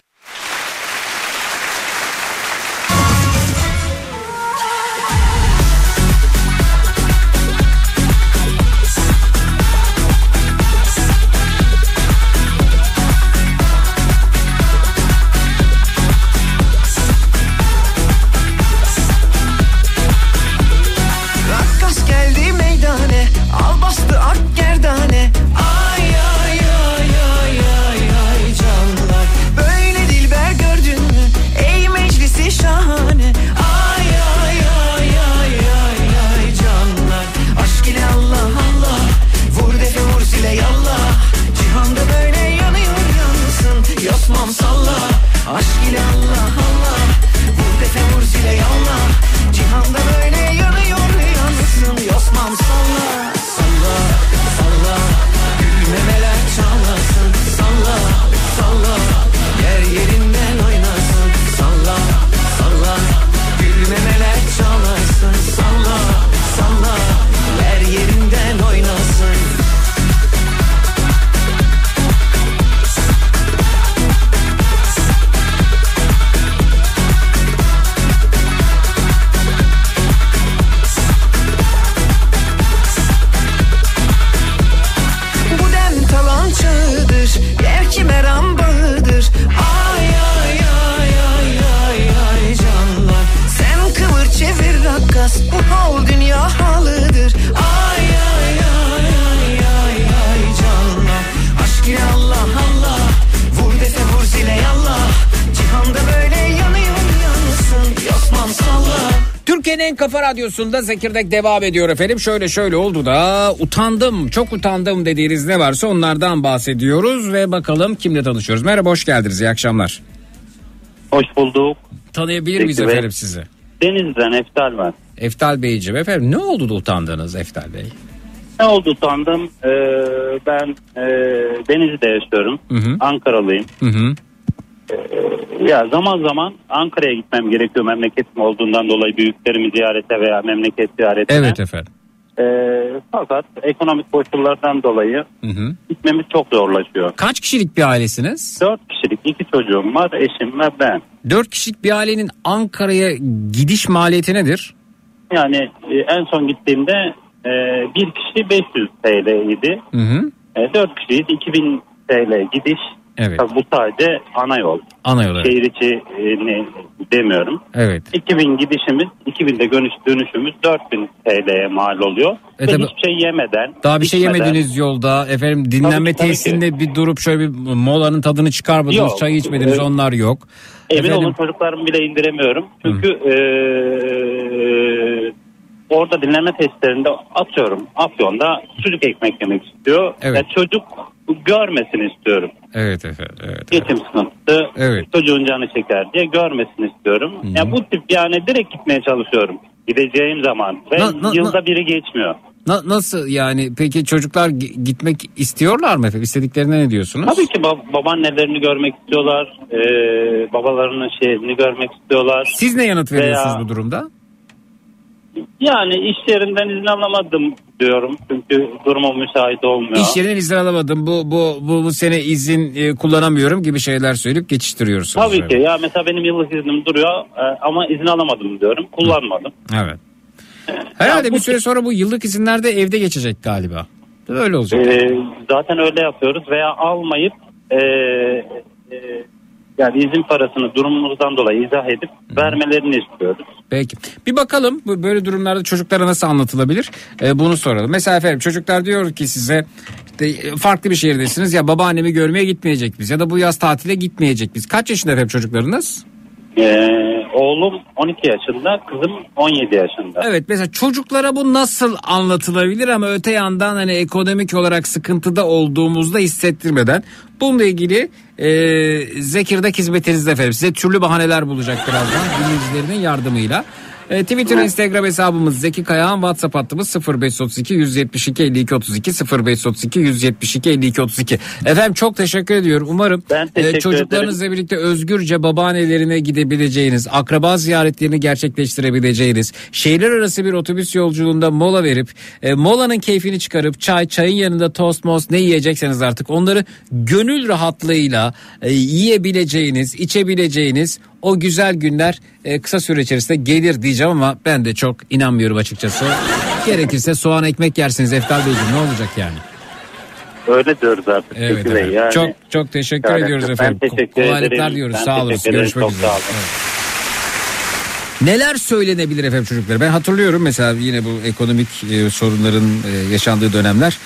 Kafa Radyosu'nda Zekirdek devam ediyor efendim. Şöyle oldu da utandım, çok utandım dediğiniz ne varsa onlardan bahsediyoruz ve bakalım kimle tanışıyoruz. Merhaba, hoş geldiniz, iyi akşamlar. Hoş bulduk. Tanıyabilir miyiz efendim sizi? Deniz'den Eftal var. Eftal Beyciğim, efendim ne oldu da utandınız Eftal Bey? Ne oldu utandım? Ben Denizli'de yaşıyorum. Hı-hı. Ankaralıyım. Hı-hı. Ya zaman zaman Ankara'ya gitmem gerekiyor memleketim olduğundan dolayı, büyüklerimi ziyarete veya memleket ziyaretine. Evet efendim. Fakat ekonomik koşullardan dolayı gitmemiz çok zorlaşıyor. Kaç kişilik bir ailesiniz? 4 kişilik, 2 çocuğum var, eşim ve ben. 4 kişilik bir ailenin Ankara'ya gidiş maliyeti nedir? Yani en son gittiğimde bir kişi 500 TL idi. 4 kişiyiz, 2000 TL gidiş. Evet. Tabii bu sadece ana yol. Ana yol. Evet. Şehir içi demiyorum. Evet. 2000 gidişimiz, 2000'de dönüşümüz 4000 TL'ye mal oluyor. Ve tabii, hiçbir şey yemeden. daha bir şey içmeden, yemediniz yolda. Efendim dinlenme Tabii ki. tesisinde bir durup şöyle bir molanın tadını çıkarmadınız. Yok. Çay içmediniz, onlar yok. Emin olun çocuklarımı bile indiremiyorum. Çünkü orada dinlenme testlerinde atıyorum Afyon'da sucuk ekmek yemek istiyor. Evet. Yani çocuk görmesini istiyorum. Evet efendim. Evet, Geçim sıkıntısı, evet. çocuğun canı çeker diye görmesini istiyorum. Yani bu tip yani direkt gitmeye çalışıyorum. Gideceğim zaman ve yılda biri geçmiyor. Nasıl yani, peki çocuklar gitmek istiyorlar mı efendim? İstediklerine ne diyorsunuz? Tabii ki babaannelerini görmek istiyorlar. Babalarının şehrini görmek istiyorlar. Siz ne yanıt veriyorsunuz bu durumda? Yani iş yerinden izin alamadım diyorum. Çünkü durumum müsait olmuyor. İş yerinden izin alamadım. Bu sene izin kullanamıyorum gibi şeyler söyleyip geçiştiriyorsunuz. Tabii ki. Ya mesela benim yıllık iznim duruyor ama izin alamadım diyorum. Kullanmadım. Evet. Herhalde bir süre sonra bu yıllık izinlerde evde geçecek galiba. Öyle olacak. Zaten öyle yapıyoruz veya almayıp yani izin parasını durumumuzdan dolayı izah edip vermelerini istiyoruz. Peki. Bir bakalım böyle durumlarda çocuklara nasıl anlatılabilir? Bunu soralım. Mesela efendim çocuklar diyor ki size farklı bir şehirdesiniz, ya babaannemi görmeye gitmeyecek biz ya da bu yaz tatile gitmeyecek biz. Kaç yaşında efendim çocuklarınız? Oğlum 12 yaşında, kızım 17 yaşında. Evet, mesela çocuklara bu nasıl anlatılabilir ama öte yandan hani ekonomik olarak sıkıntıda olduğumuzda hissettirmeden, bununla ilgili Zekirdek hizmetinizde efendim. Size türlü bahaneler bulacak birazdan dinleyicilerinin yardımıyla. Twitter, Instagram hesabımız Zeki Kayağan, WhatsApp hattımız 0532 172 52 32 0532 172 52 32. Efendim çok teşekkür ediyorum. Umarım çocuklarınızla birlikte özgürce babaannelerine gidebileceğiniz, akraba ziyaretlerini gerçekleştirebileceğiniz, şehirler arası bir otobüs yolculuğunda mola verip molanın keyfini çıkarıp çayın yanında tost most ne yiyecekseniz artık onları gönül rahatlığıyla yiyebileceğiniz, içebileceğiniz o güzel günler kısa süre içerisinde gelir diyeceğim ama ben de çok inanmıyorum açıkçası. Gerekirse soğan ekmek yersiniz Eftal Beyciğim, ne olacak yani? Öyle diyoruz artık. Evet efendim. Yani, çok teşekkür ediyoruz efendim. Ben teşekkür Kolaylıklar diyoruz. Sağ olun. Görüşmek üzere. Evet. Neler söylenebilir efendim çocuklara? Ben hatırlıyorum mesela yine bu ekonomik sorunların yaşandığı dönemler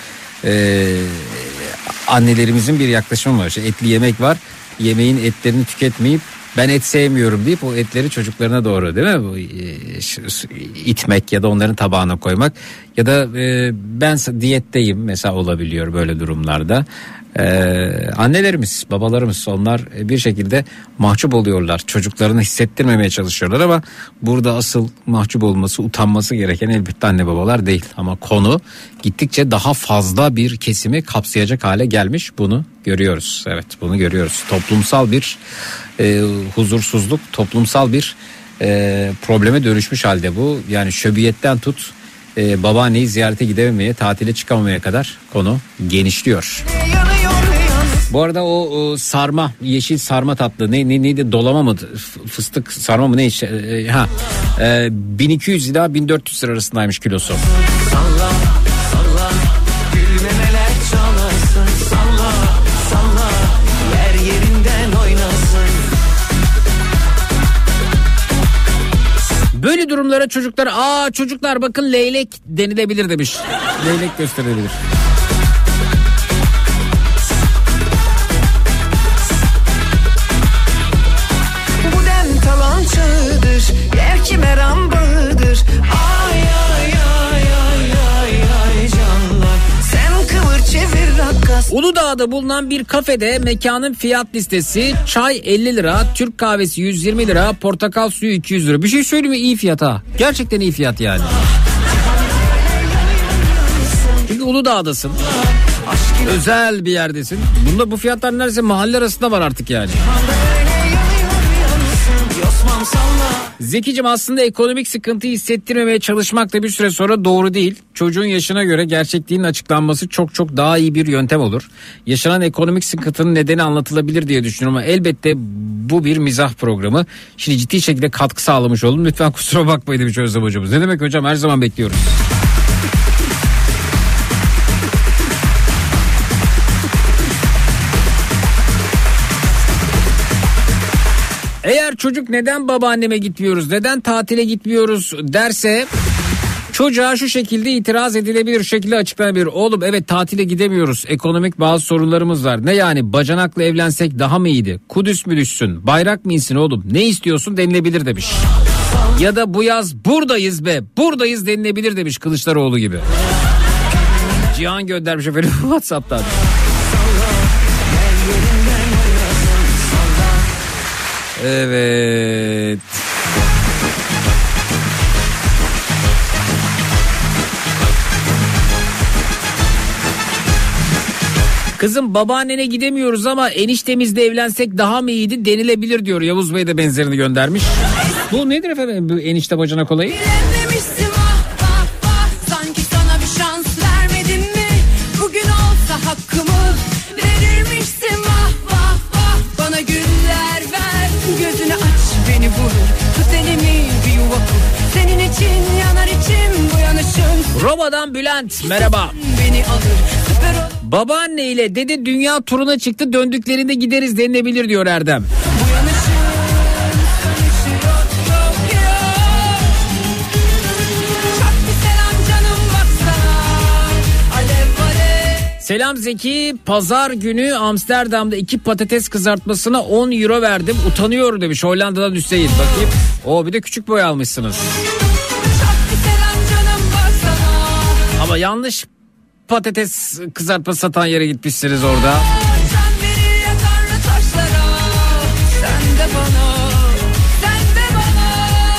annelerimizin bir yaklaşımı var. İşte etli yemek var. Yemeğin etlerini tüketmeyip ben et sevmiyorum deyip o etleri çocuklarına doğru, değil mi? Bu itmek ya da onların tabağına koymak ya da ben diyetteyim mesela, olabiliyor böyle durumlarda. Annelerimiz, babalarımız, onlar bir şekilde mahcup oluyorlar. Çocuklarını hissettirmemeye çalışıyorlar ama burada asıl mahcup olması, utanması gereken elbette anne babalar değil. Ama konu gittikçe daha fazla bir kesimi kapsayacak hale gelmiş. Bunu görüyoruz. Evet, bunu görüyoruz. Toplumsal bir huzursuzluk, toplumsal bir probleme dönüşmüş halde bu. Yani şöbiyetten tut babaanneyi ziyarete gidememeye, tatile çıkamamaya kadar konu genişliyor. Bu arada o sarma, yeşil sarma tatlı neydi, dolama mı, fıstık sarma mı, ne 1200 ila 1400 lira arasındaymış kilosu. Salla salla gülmemeler çalasın, salla salla yer yerinden oynasın. Böyle durumlara çocuklar bakın leylek denilebilir demiş. Leylek gösterilebilir. Yer kime rambağıdır. Ay ay ay ay ay ay canlar. Sen kıvır çevir rakkas. Uludağ'da bulunan bir kafede mekanın fiyat listesi: çay 50 lira, Türk kahvesi 120 lira, portakal suyu 200 lira. Bir şey söyleyeyim mi? İyi fiyat ha. Gerçekten iyi fiyat yani. Çünkü Uludağ'dasın. Özel bir yerdesin. Bunda bu fiyatlar neredeyse mahalle arasında var artık yani. Zekicim, aslında ekonomik sıkıntı hissettirmemeye çalışmak da bir süre sonra doğru değil. Çocuğun yaşına göre gerçekliğin açıklanması çok çok daha iyi bir yöntem olur. Yaşanan ekonomik sıkıntının nedeni anlatılabilir diye düşünüyorum ama elbette bu bir mizah programı. Şimdi ciddi şekilde katkı sağlamış oldum. Lütfen kusura bakmayın demiş Özlem hocamız. Ne demek hocam, her zaman bekliyoruz. Eğer çocuk neden babaanneme gitmiyoruz, neden tatile gitmiyoruz derse çocuğa şu şekilde itiraz edilebilir, şu şekilde açıklanabilir. Oğlum evet tatile gidemiyoruz, ekonomik bazı sorunlarımız var. Ne yani, bacanakla evlensek daha mı iyiydi? Kudüs mü düşsün, bayrak mı insin oğlum, ne istiyorsun denilebilir demiş. Ya da bu yaz buradayız be, buradayız denilebilir demiş Kılıçdaroğlu gibi. Cihan göndermiş efendim WhatsApp'tan. Evet. Kızım babaannene gidemiyoruz ama eniştemizle evlensek daha mı iyiydi denilebilir diyor. Yavuz Bey de benzerini göndermiş. Bu nedir efendim bu enişte bacanak olayı? Bilememiştim ah ah ah, sanki sana bir şans vermedim mi? Bugün olsa hakkımı verirmiştim ah ah ah. Bana güller ver, gözünü aç beni vurur. Tut elimi bir yuva kur, senin için yanar içim bu yanışım. Roma'dan Bülent merhaba. Beni alır süper olur. Babaanne ile dede dünya turuna çıktı, döndüklerinde gideriz denilebilir diyor Erdem. Bu yanışım sönüşü yok yok yok. Çok bir selam canım baksana, alev alev. Selam Zeki, pazar günü Amsterdam'da 2 patates kızartmasına 10 euro verdim, utanıyorum demiş Hollanda'dan Hüseyin. Bakayım, o bir de küçük boy almışsınız. Çok bir selam canım baksana. Ama yanlış patates kızartması satan yere gitmişsiniz orada. Can verir ya karlı taşlara, sen de bana, sen de bana.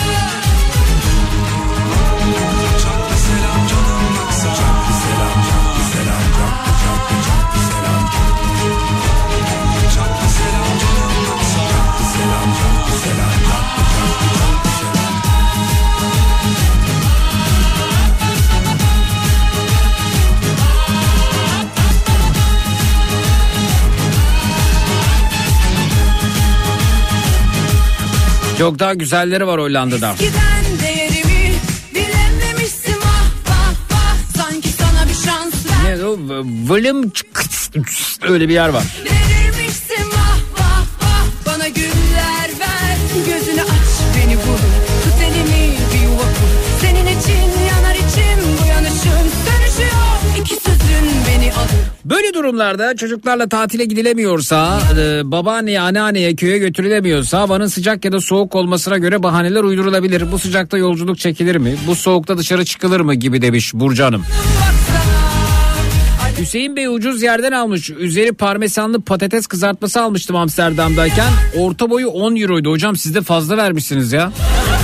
Çok daha güzelleri var Hollanda'da. Giden değerimi bilememişsin ah ah ah, sanki sana bir şans ver. Ne o? Volüm öyle bir yer var. Verirmişsin ah ah ah, bana güller ver, gözünü aç beni vurur. Tut elimi bir yuva kur, senin için yanar içim bu yanışım sönüşüyor. İki sözün beni alır. Böyle durumlarda çocuklarla tatile gidilemiyorsa, babaanneye, anneanneye, köye götürülemiyorsa havanın sıcak ya da soğuk olmasına göre bahaneler uydurulabilir. Bu sıcakta yolculuk çekilir mi? Bu soğukta dışarı çıkılır mı gibi demiş Burcu Hanım. Hüseyin Bey ucuz yerden almış. Üzeri parmesanlı patates kızartması almıştım Amsterdam'dayken. Orta boyu 10 euroydu. Hocam siz de fazla vermişsiniz ya.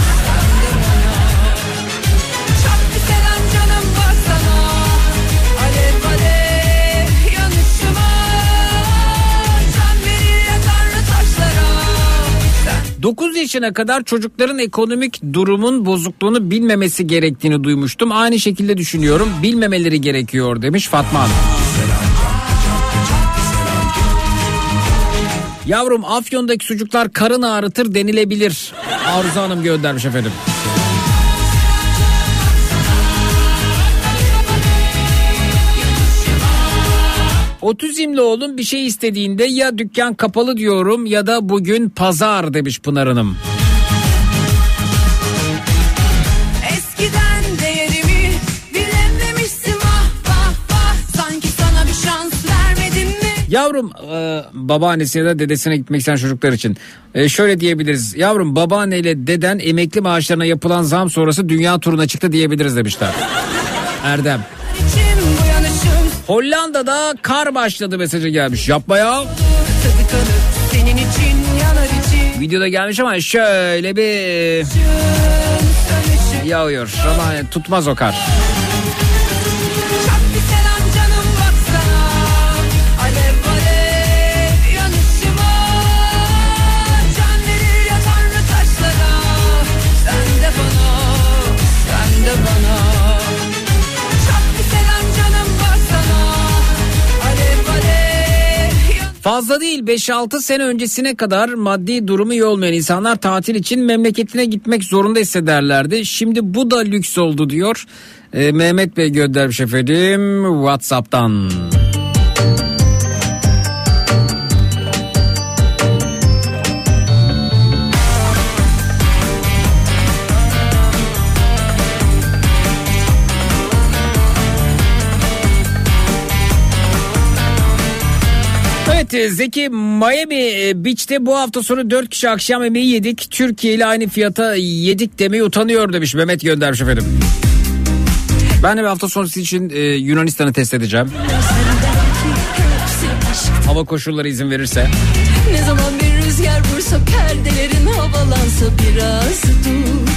Çok bir selam canım baksana, alev alev yanışıma. Can verir ya karlı taşlara, sen 9 yaşına kadar çocukların ekonomik durumun bozukluğunu bilmemesi gerektiğini duymuştum. Aynı şekilde düşünüyorum. Bilmemeleri gerekiyor demiş Fatma Hanım. Yavrum Afyon'daki sucuklar karın ağrıtır denilebilir. Arzu Hanım göndermiş efendim. Otizmli oğlum bir şey istediğinde ya dükkan kapalı diyorum ya da bugün pazar demiş Pınar Hanım. eskiden değerimi bilememişsin ah ah ah, sanki sana bir şans vermedim mi? Yavrum babaannesine ya da dedesine gitmek isteyen çocuklar için şöyle diyebiliriz. Yavrum babaanneyle deden emekli maaşlarına yapılan zam sonrası dünya turuna çıktı diyebiliriz demişler. Erdem. İçim bu yanışım Hollanda'da kar başladı mesajı gelmiş. Yapma ya. tadı kalır, senin için yanar içim. Videoda gelmiş ama şöyle bir Sönüşüm. yağıyor. Ama tutmaz o kar. Çok bir selam canım baksana, alev alev yanışıma. Can verir ya karlı taşlara, sen de bana, sen de bana. Çok bir selam canım baksana, alev alev yanışıma. Fazla değil 5-6 sene öncesine kadar maddi durumu iyi olmayan insanlar tatil için memleketine gitmek zorunda hissederlerdi. Şimdi bu da lüks oldu diyor. Mehmet Bey göndermiş efendim WhatsApp'tan. Evet Zeki, Miami Beach'te bu hafta sonu 4 kişi akşam yemeği yedik. Türkiye ile aynı fiyata yedik demeyi utanıyor demiş. Mehmet göndermiş efendim. Ben de bir hafta sonrası için Yunanistan'ı test edeceğim. Hava koşulları izin verirse. Ne zaman bir rüzgar vursa perdelerin havalansa biraz dur.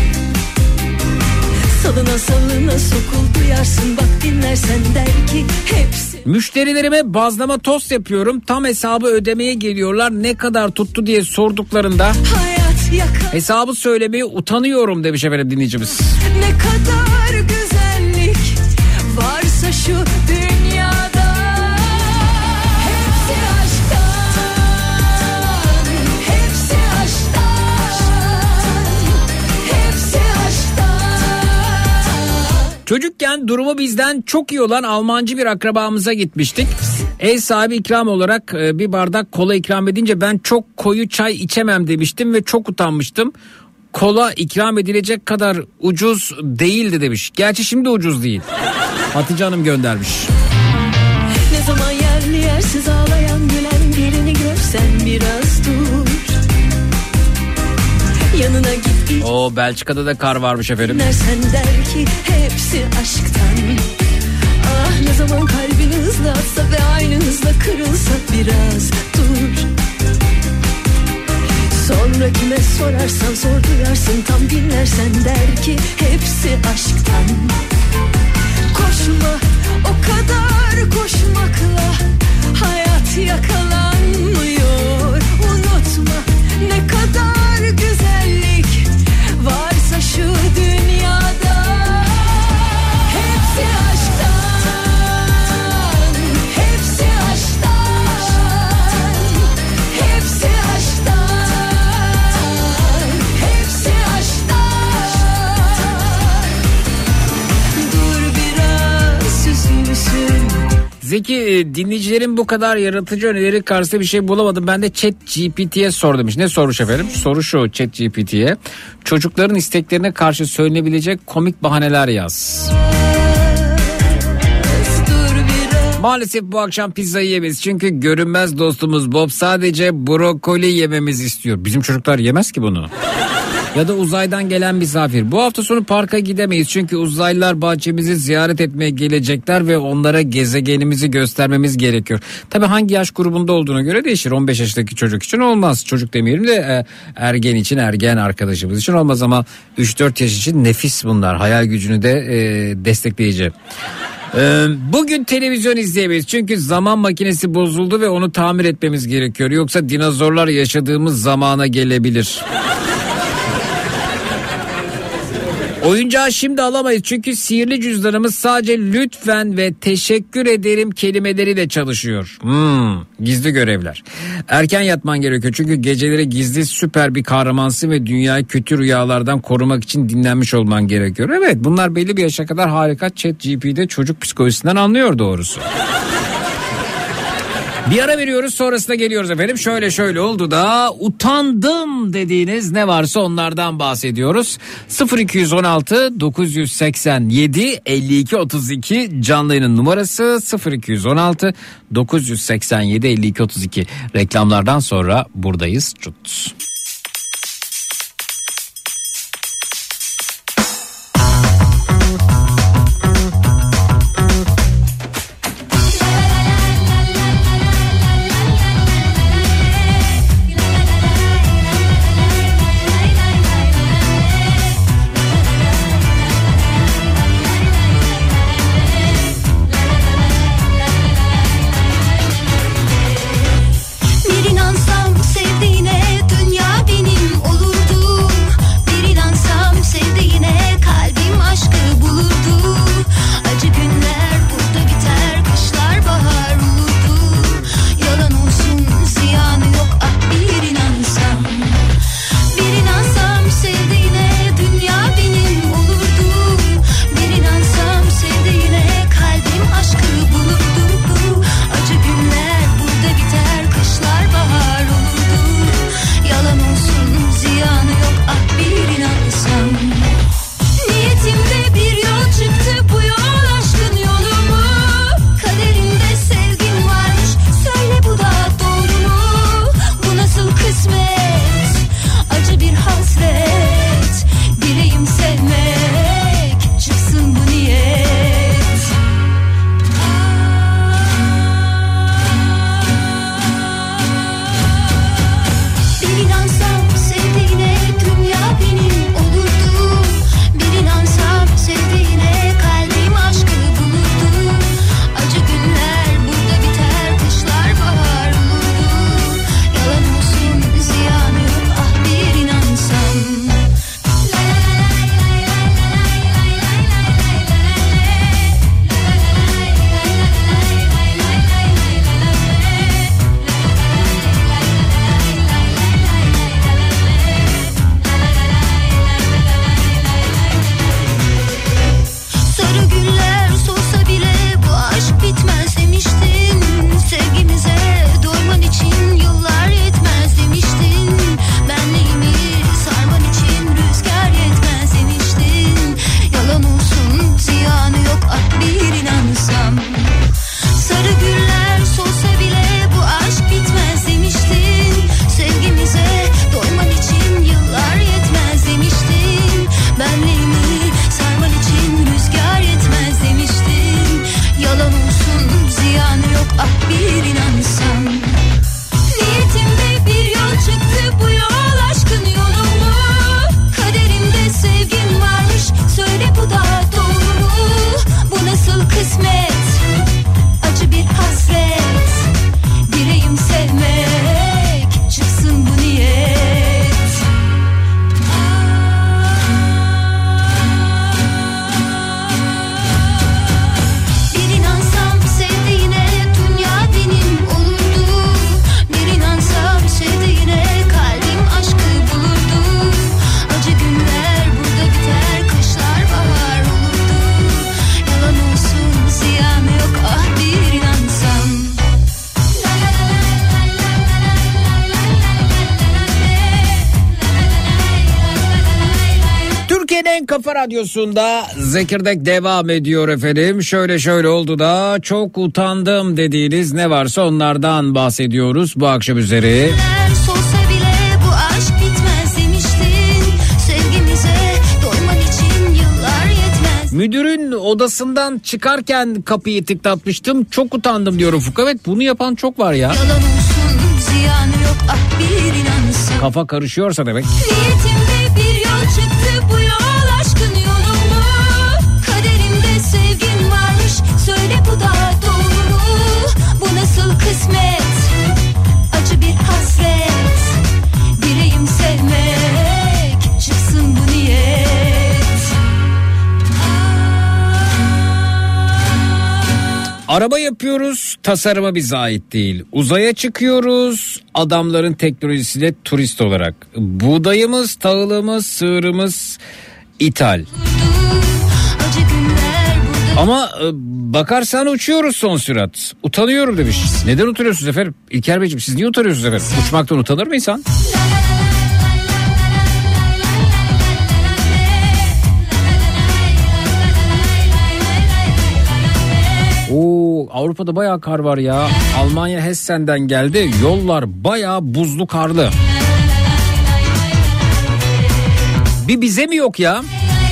Salına salına sokul duyarsın bak dinlersen der ki hepsi. Müşterilerime bazlama tost yapıyorum. Tam hesabı ödemeye geliyorlar. Ne kadar tuttu diye sorduklarında Hayat yakar. hesabı söylemeye utanıyorum demiş efendim dinleyicimiz. Ne kadar güzellik varsa şu dünyada. Hepsi aşktan, hepsi aşktan, hepsi aşktan. Çocukken durumu bizden çok iyi olan Almancı bir akrabamıza gitmiştik. Ev sahibi ikram olarak bir bardak kola ikram edince ben çok koyu çay içemem demiştim ve çok utanmıştım. Kola ikram edilecek kadar ucuz değildi demiş. Gerçi şimdi ucuz değil. Hatice Hanım göndermiş. Ne zaman yerli yersiz ağlayan gülen birini görsen biraz dur. Yanına git O Belçika'da da kar varmış efendim. dinlersen der ki hepsi aşktan. Ah ne zaman kalbini hızla atsa ve aynı hızla kırılsa biraz dur. Sonra kime sorarsan sor duyarsın tam dinlersen der ki hepsi aşktan. Koşma o kadar koşmakla hayat yakalanmıyor. Unutma ne kadar güzellik varsa şu dünyada. Hepsi aşktan, hepsi aşktan, hepsi aşktan, hepsi aşktan. Dur biraz süzülsün. Zeki, dinleyicilerin bu kadar yaratıcı önerileri karşısında bir şey bulamadım. Ben de ChatGPT'ye sor demiş. Ne sormuş efendim? Soru şu ChatGPT'ye. Çocukların isteklerine karşı söylenebilecek komik bahaneler yaz. Dur biraz. Maalesef bu akşam pizza yiyemeyiz. Çünkü görünmez dostumuz Bob sadece brokoli yememizi istiyor. Bizim çocuklar yemez ki bunu. Ya da uzaydan gelen misafir. Bu hafta sonu parka gidemeyiz. Çünkü uzaylılar bahçemizi ziyaret etmeye gelecekler ve onlara gezegenimizi göstermemiz gerekiyor. Tabii hangi yaş grubunda olduğuna göre değişir. 15 yaşındaki çocuk için olmaz. Çocuk demeyelim de ergen için, ergen arkadaşımız için olmaz ama 3-4 yaş için nefis bunlar. Hayal gücünü de destekleyici. Bugün televizyon izleyemeyiz çünkü zaman makinesi bozuldu ve onu tamir etmemiz gerekiyor. Yoksa dinozorlar yaşadığımız zamana gelebilir. Oyuncağı şimdi alamayız çünkü sihirli cüzdanımız sadece lütfen ve teşekkür ederim kelimeleriyle çalışıyor. Gizli görevler. Erken yatman gerekiyor çünkü geceleri gizli süper bir kahramansın ve dünyayı kötü rüyalardan korumak için dinlenmiş olman gerekiyor. Evet, bunlar belli bir yaşa kadar harika. ChatGPT'de çocuk psikolojisinden anlıyor doğrusu. Bir ara veriyoruz, sonrasında geliyoruz efendim. Şöyle oldu da utandım dediğiniz ne varsa onlardan bahsediyoruz. 0216 987 52 32 canlı yayının numarası 0216 987 52 32. Reklamlardan sonra buradayız. Çut. Bir inansam sevdiğine dünya Türkiye'nin Kafa Radyosu'nda Zekirdek devam ediyor efendim. Şöyle oldu da çok utandım dediğiniz ne varsa onlardan bahsediyoruz bu akşam üzeri. Solsa bile bu aşk bitmez demiştin. Sevgimize doyman için yıllar yetmez. Müdürün odasından çıkarken kapıyı tıklatmıştım. Çok utandım diyor Ufuk. Evet, bunu yapan çok var ya. Yalan olsun, ziyanı yok, ah bir inansın. Kafa karışıyorsa demek. Niyetimde bir yol çıktı, bu yol aşkın yolu mu? Kaderimde sevgin varmış, söyle bu da doğru mu? Bu nasıl kısmet, acı bir hasret. Dileğim sevmek, çıksın bu niyet. Araba yapıyoruz, tasarıma bize ait değil. Uzaya çıkıyoruz, adamların teknolojisiyle turist olarak. Buğdayımız, tahılımız, sığırımız ithal. Acı günler burada. Ama bakarsan uçuyoruz son sürat. Utanıyorum demiş. Neden utanıyorsunuz efendim? İlker Beyciğim, siz niye utanıyorsunuz efendim? Uçmaktan utanır mı insan? Oo, Avrupa'da bayağı kar var ya. Almanya Hessen'den geldi. Yollar bayağı buzlu karlı. Bir bize mi yok ya?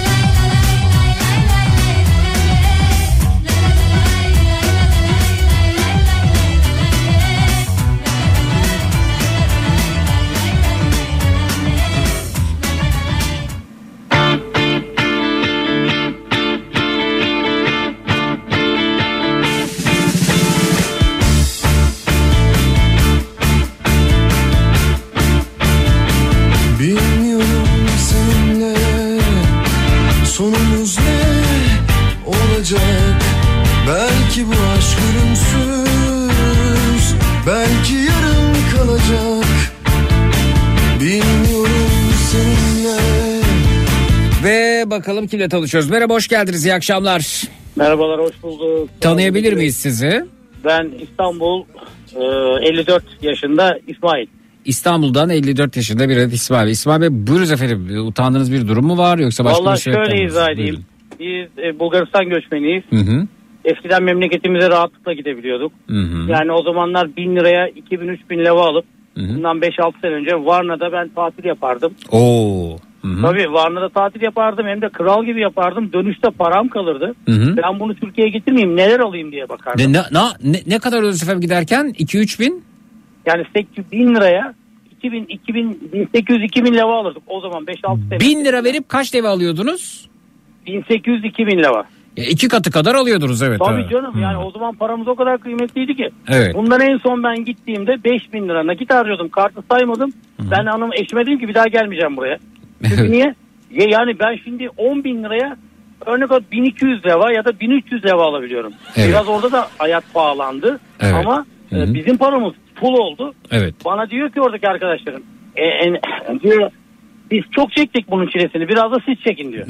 Bilmiyorum seninle sonumuz ne olacak? Belki bu aşk ölümsüz, belki yarım kalacak. Bilmiyorum seninle. Ve bakalım kimle tanışıyoruz. Merhaba, hoş geldiniz, iyi akşamlar. Merhabalar, hoş bulduk. Tanıyabilir miyiz sizi? Ben İstanbul 54 yaşında İsmail. İstanbul'dan 54 yaşında bir adet İsmail. İsmail Bey, buyurunuz efendim. Utandığınız bir durum mu var yoksa başka Vallahi bir şey? şöyle izah edeyim. Biz Bulgaristan göçmeniyiz. Hı. Eskiden memleketimize rahatlıkla gidebiliyorduk. Hı. Yani o zamanlar 1000 liraya 2000-3000 leva alıp bundan 5-6 sene önce Varna'da ben tatil yapardım. Oo. Hı. Tabii Varna'da tatil yapardım, hem de kral gibi yapardım. Dönüşte param kalırdı. Hı. Ben bunu Türkiye'ye getirmeyeyim, neler alayım diye bakardım. Ne kadar ödüyorsunuz efendim giderken? 2-3 bin? Yani 1000 liraya 1800-2000 leva alırdık o zaman 5-6 sene. 1000 lira verip kaç leva alıyordunuz? 1800-2000 leva. İki katı kadar alıyordunuz, evet. Tabii evet. canım, yani o zaman paramız o kadar kıymetliydi ki. Evet. Bundan en son ben gittiğimde 5000 lira nakit harcıyordum, kartı saymadım. Ben hanım eşime dedim ki bir daha gelmeyeceğim buraya. Çünkü niye? Yani ben şimdi 10.000 liraya örnek olarak 1200 leva ya da 1300 leva alabiliyorum. Evet. Biraz orada da hayat pahalandı. Evet. Ama bizim paramız full oldu. Evet. Bana diyor ki oradaki arkadaşlarım diyor, biz çok çektik bunun çilesini, biraz da siz çekin diyor.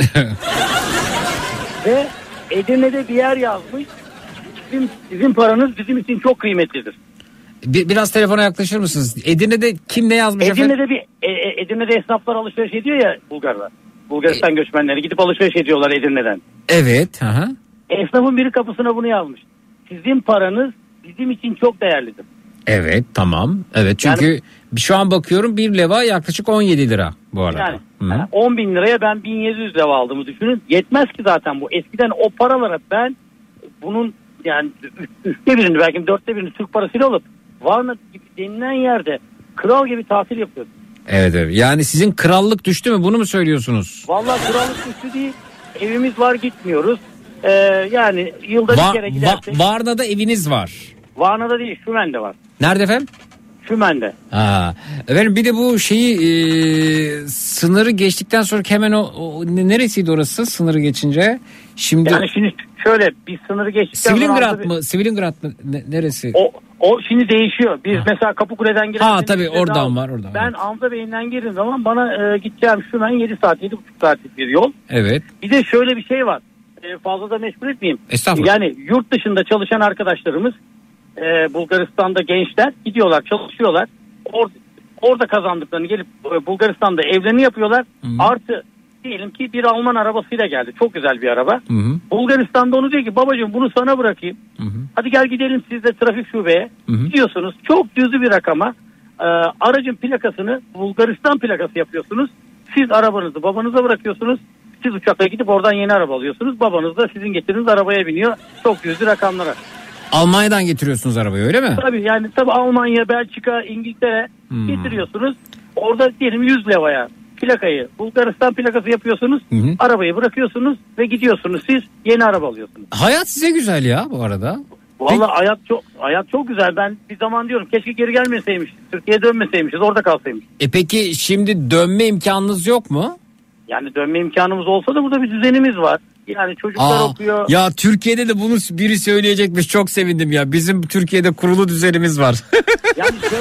Ve Edirne'de bir yer yazmış, sizin paranız bizim için çok kıymetlidir. Biraz telefona yaklaşır mısınız? Edirne'de kim ne yazmış efendim? Edirne'de esnaflar alışveriş ediyor ya, Bulgarlar. Bulgaristan göçmenleri gidip alışveriş ediyorlar Edirne'den. Evet. Aha. Esnafın biri kapısına bunu yazmış. Sizin paranız bizim için çok değerlidir. Evet, tamam. Evet, çünkü şu an bakıyorum bir leva yaklaşık 17 lira bu arada. Yani 10.000 liraya ben 1700 leva aldığımı düşünün. Yetmez ki zaten bu. Eskiden o paralara ben bunun yani 3'te birini, belki 4'te birini Türk parasıyla alıp Varna gibi denilen yerde kral gibi tatil yapıyordum. Evet. Yani sizin krallık düştü mü, bunu mu söylüyorsunuz? Vallahi krallık düştü değil. Evimiz var, gitmiyoruz. Yani yılda bir kere gidersek. Varna'da eviniz var. Varna'da değil, Fümen'de var. Nerede efendim? Fümen'de. Efendim bir de bu şeyi sınırı geçtikten sonra hemen o neresiydi orası sınırı geçince? Şimdi şöyle bir sınırı geçtikten sonra Svilingrad mı neresi? O şimdi değişiyor. Biz mesela Kapıkule'den girelim. Tabii oradan var. Ben Hamza Bey'inden girdiğim zaman bana gideceğim Fümen 7 saat 7,5 saatlik bir yol. Evet. Bir de şöyle bir şey var. Fazla da meşgul etmeyeyim. Estağfurullah. Yani yurt dışında çalışan arkadaşlarımız Bulgaristan'da gençler gidiyorlar, çalışıyorlar. Orada kazandıklarını gelip Bulgaristan'da evlerini yapıyorlar. Artı diyelim ki bir Alman arabasıyla geldi. Çok güzel bir araba. Hı hı. Bulgaristan'da onu diyor ki babacığım bunu sana bırakayım. Hı hı. Hadi gel gidelim siz de trafik şubeye. Hı hı. Gidiyorsunuz. Çok cüzi bir rakama aracın plakasını Bulgaristan plakası yapıyorsunuz. Siz arabanızı babanıza bırakıyorsunuz. Siz uçakla gidip oradan yeni araba alıyorsunuz. Babanız da sizin getirdiğiniz arabaya biniyor. Çok cüzi rakamlara. Almanya'dan getiriyorsunuz arabayı öyle mi? Tabii Almanya, Belçika, İngiltere getiriyorsunuz. Orada diyelim 100 levaya plakayı Bulgaristan plakası yapıyorsunuz. Hı hı. Arabayı bırakıyorsunuz ve gidiyorsunuz. Siz yeni araba alıyorsunuz. Hayat size güzel ya bu arada. Vallahi hayat çok güzel. Ben bir zaman diyorum keşke geri gelmeseymişiz. Türkiye'ye dönmeseymişiz. Orada kalsaymışız. Peki şimdi dönme imkanınız yok mu? Yani dönme imkanımız olsa da burada bir düzenimiz var. Yani çocuklar okuyor. Ya Türkiye'de de bunu biri söyleyecekmiş, çok sevindim ya. Bizim Türkiye'de kurulu düzenimiz var. Yani şöyle,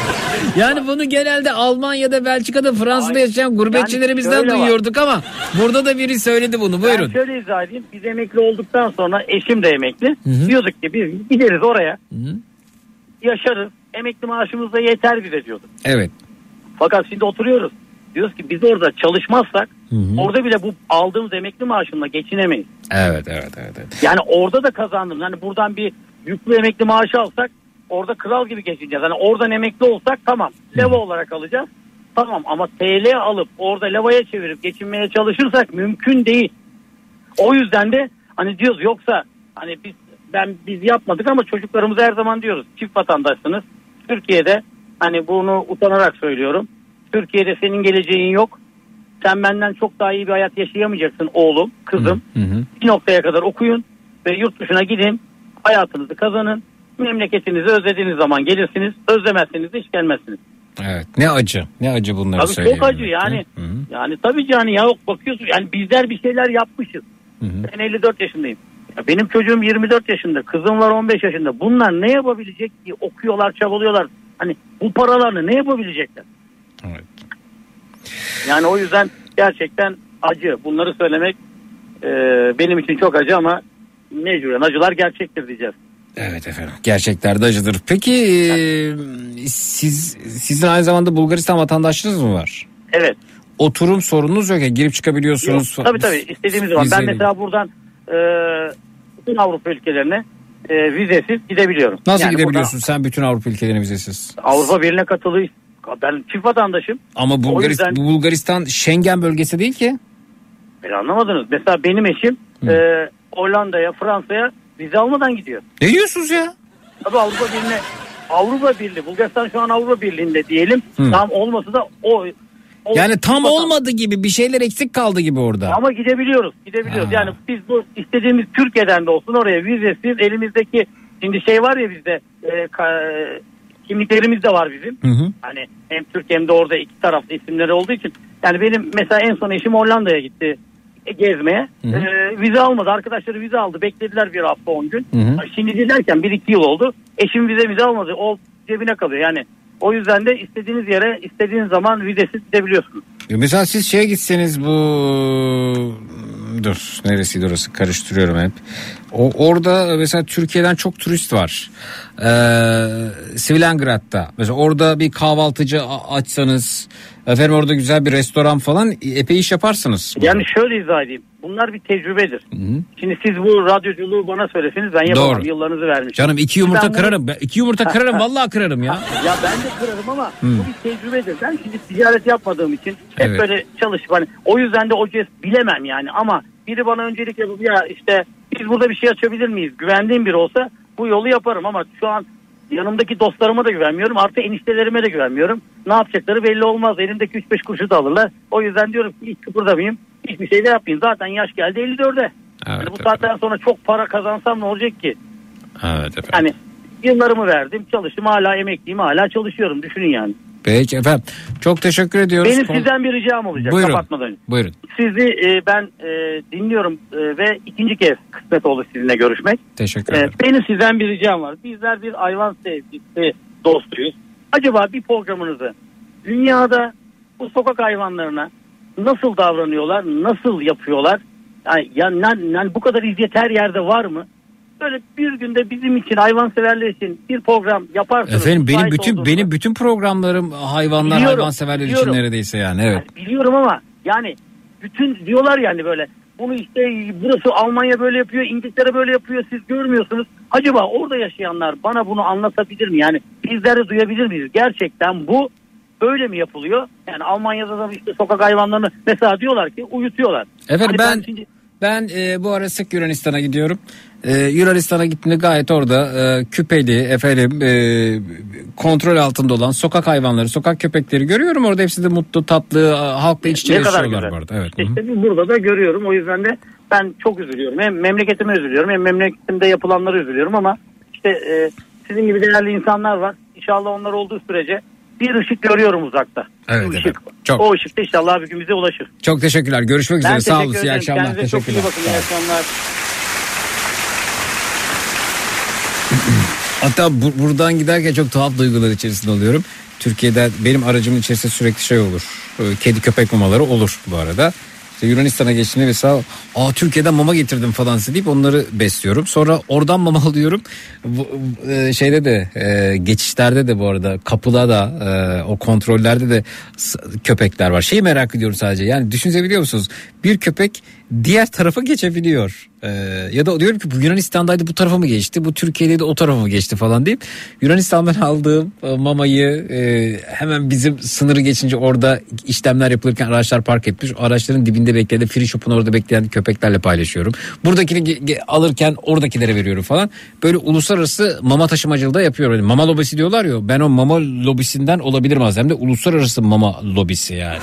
yani bunu genelde Almanya'da, Belçika'da, Fransa'da yaşayan gurbetçilerimizden şöyle var. duyuyorduk ama burada da biri söyledi bunu. Buyurun. Ben şöyle izah edeyim. Biz emekli olduktan sonra eşim de emekli. Hı-hı. Diyorduk ki biz gideriz oraya. Hı-hı. Yaşarız. Emekli maaşımız da yeter bize diyorduk. Evet. Fakat şimdi oturuyoruz. Diyoruz ki biz orada çalışmazsak Hı-hı. orada bile bu aldığımız emekli maaşınla geçinemeyiz. Evet. Yani orada da kazandım. Yani buradan bir yüklü emekli maaşı alsak orada kral gibi geçineceğiz. Yani oradan emekli olsak tamam. Leva olarak alacağız. Tamam ama TL alıp orada levaya çevirip geçinmeye çalışırsak mümkün değil. O yüzden de hani diyoruz yoksa hani biz yapmadık ama çocuklarımıza her zaman diyoruz. Çift vatandaşsınız. Türkiye'de hani bunu utanarak söylüyorum. Türkiye'de senin geleceğin yok. Sen benden çok daha iyi bir hayat yaşayamayacaksın oğlum, kızım. Hı. Bir noktaya kadar okuyun ve yurt dışına gidin. Hayatınızı kazanın. Memleketinizi özlediğiniz zaman gelirsiniz. Özlemezseniz de hiç gelmezsiniz. Evet. Ne acı bunları Tabii söyleyeyim. çok acı yani. Hı-hı. Yani tabii yani ya bakıyorsun yani bizler bir şeyler yapmışız. Hı-hı. Ben 54 yaşındayım. Ya benim çocuğum 24 yaşında. Kızım var 15 yaşında. Bunlar ne yapabilecek ki? Okuyorlar, çabalıyorlar. Hani bu paralarla ne yapabilecekler? Evet. Yani o yüzden gerçekten acı. Bunları söylemek benim için çok acı ama mecburen acılar gerçektir diyeceğiz. Evet efendim. Gerçekler de acıdır. Peki sizin aynı zamanda Bulgaristan vatandaşlığınız mı var? Evet. Oturum sorununuz yok ya, girip çıkabiliyorsunuz. Yok, tabii istediğimiz zaman. Ben mesela buradan bütün Avrupa ülkelerine vizesiz gidebiliyorum. Nasıl yani gidebiliyorsun sen bütün Avrupa ülkelerine vizesiz? Avrupa Birliği'ne katılıyız. Ben çift vatandaşım. Ama Bulgaristan Schengen bölgesi değil ki. Anlamadınız. Mesela benim eşim Hollanda'ya, Fransa'ya vize almadan gidiyor. Ne diyorsunuz ya? Tabii Avrupa Birliği. Bulgaristan şu an Avrupa Birliği'nde diyelim. Tam olmasa da yani tam olmadı gibi, bir şeyler eksik kaldı gibi orada. Ama gidebiliyoruz. Yani biz bu istediğimiz Türkiye'den de olsun oraya vizesiz elimizdeki şimdi şey var ya bizde kimliklerimiz de var bizim. Hı. Hani hem Türkiye hem de orada iki taraflı isimleri olduğu için. Yani benim mesela en son eşim Hollanda'ya gitti gezmeye. Vize almadı. Arkadaşları vize aldı. Beklediler bir hafta 10 gün. Hı. Şimdi dilerken 1-2 yıl oldu. Eşim vize almadı. O cebine kalıyor. Yani o yüzden de istediğiniz yere istediğiniz zaman vizesiz gidebiliyorsunuz. Mesela siz şeye gitseniz neresiydi orası, karıştırıyorum hep. Orada mesela Türkiye'den çok turist var. Svilangrad'da. Mesela orada bir kahvaltıcı açsanız, efendim orada güzel bir restoran falan, epey iş yaparsınız. Yani şöyle izah edeyim. Bunlar bir tecrübedir. Hı. Şimdi siz bu radyoculuğu bana söyleseniz ben yapamam. Doğru. Yıllarınızı vermişim. Canım 2 yumurta kırarım. 2 yumurta kırarım. Vallahi kırarım ya. Ya ben de kırarım ama bu bir tecrübedir. Ben şimdi ticaret yapmadığım için hep Evet. böyle çalışıp hani o yüzden de o bilemem yani ama biri bana öncelik yapıp ya işte biz burada bir şey açabilir miyiz? Güvendiğim biri olsa bu yolu yaparım ama şu an yanımdaki dostlarıma da güvenmiyorum. Artı eniştelerime de güvenmiyorum. Ne yapacakları belli olmaz. Elimdeki 3-5 kuruşu da alırlar. O yüzden diyorum ki hiç kıpırdamayayım. Hiçbir şey de yapmayayım. Zaten yaş geldi 54'e. Evet, yani bu saatten sonra çok para kazansam ne olacak ki? Evet efendim. Yani yıllarımı verdim. Çalıştım. Hala emekliyim. Hala çalışıyorum. Düşünün yani. Peki efendim. Çok teşekkür ediyoruz. Benim sizden bir ricam olacak. Buyurun. Kapatmadan önce. Buyurun. Sizi ben dinliyorum ve ikinci kez kısmet oldu sizinle görüşmek. Teşekkür ederim. Benim sizden bir ricam var. Bizler bir hayvan sevgisi dostuyuz. Acaba bir programınızı dünyada bu sokak hayvanlarına nasıl davranıyorlar, nasıl yapıyorlar? Yani bu kadar izleyet her yerde var mı? Böyle bir günde bizim için, hayvanseverler için bir program yaparsanız. Efendim benim bütün programlarım hayvanlar, biliyorum, hayvanseverler için neredeyse yani. Evet. Yani biliyorum ama yani bütün diyorlar yani böyle. Bunu işte burası Almanya böyle yapıyor, İngiltere böyle yapıyor, siz görmüyorsunuz. Acaba orada yaşayanlar bana bunu anlatabilir mi? Yani bizler de duyabilir miyiz? Gerçekten bu böyle mi yapılıyor? Yani Almanya'da da işte sokak hayvanlarını mesela diyorlar ki uyutuyorlar. Efendim Hani ben bu ara sık Yunanistan'a gidiyorum. Yunanistan'a gittiğimde gayet orada küpeli kontrol altında olan sokak hayvanları, sokak köpekleri görüyorum. Orada hepsi de mutlu, tatlı, halkla iç içe yaşıyorlar bu arada. Evet. İşte burada da görüyorum. O yüzden de ben çok üzülüyorum. Hem memleketime üzülüyorum hem memleketimde yapılanlara üzülüyorum ama işte sizin gibi değerli insanlar var. İnşallah onlar olduğu sürece bir ışık görüyorum uzakta. Evet, ışık. Çok. O ışık da inşallah bir gün bize ulaşır. Çok teşekkürler. Görüşmek üzere. Sağ olun. İyi akşamlar. Kendinize çok iyi bakın. İyi akşamlar. Hatta buradan giderken çok tuhaf duygular içerisinde oluyorum. Türkiye'de benim aracımın içerisinde sürekli şey olur. Kedi köpek mamaları olur bu arada. İşte Yunanistan'a geçtiğinde mesela Türkiye'den mama getirdim falan deyip onları besliyorum. Sonra oradan mama alıyorum. Şeyde de geçişlerde de bu arada kapıda da o kontrollerde de köpekler var. Şeyi merak ediyorum sadece. Yani düşünebiliyor musunuz? Bir köpek diğer tarafa geçebiliyor. Ya da diyorum ki bu Yunanistan'daydı bu tarafa mı geçti? Bu Türkiye'deydi o tarafa mı geçti falan deyip Yunanistan'dan aldığım mamayı hemen bizim sınırı geçince orada işlemler yapılırken araçlar park etmiş. O araçların dibinde bekleyen free shop'un orada bekleyen köpeklerle paylaşıyorum. Buradakini alırken oradakilere veriyorum falan. Böyle uluslararası mama taşımacılığı da yapıyorum. Yani mama lobisi diyorlar ya, ben o mama lobisinden olabilirim az hem de uluslararası mama lobisi yani.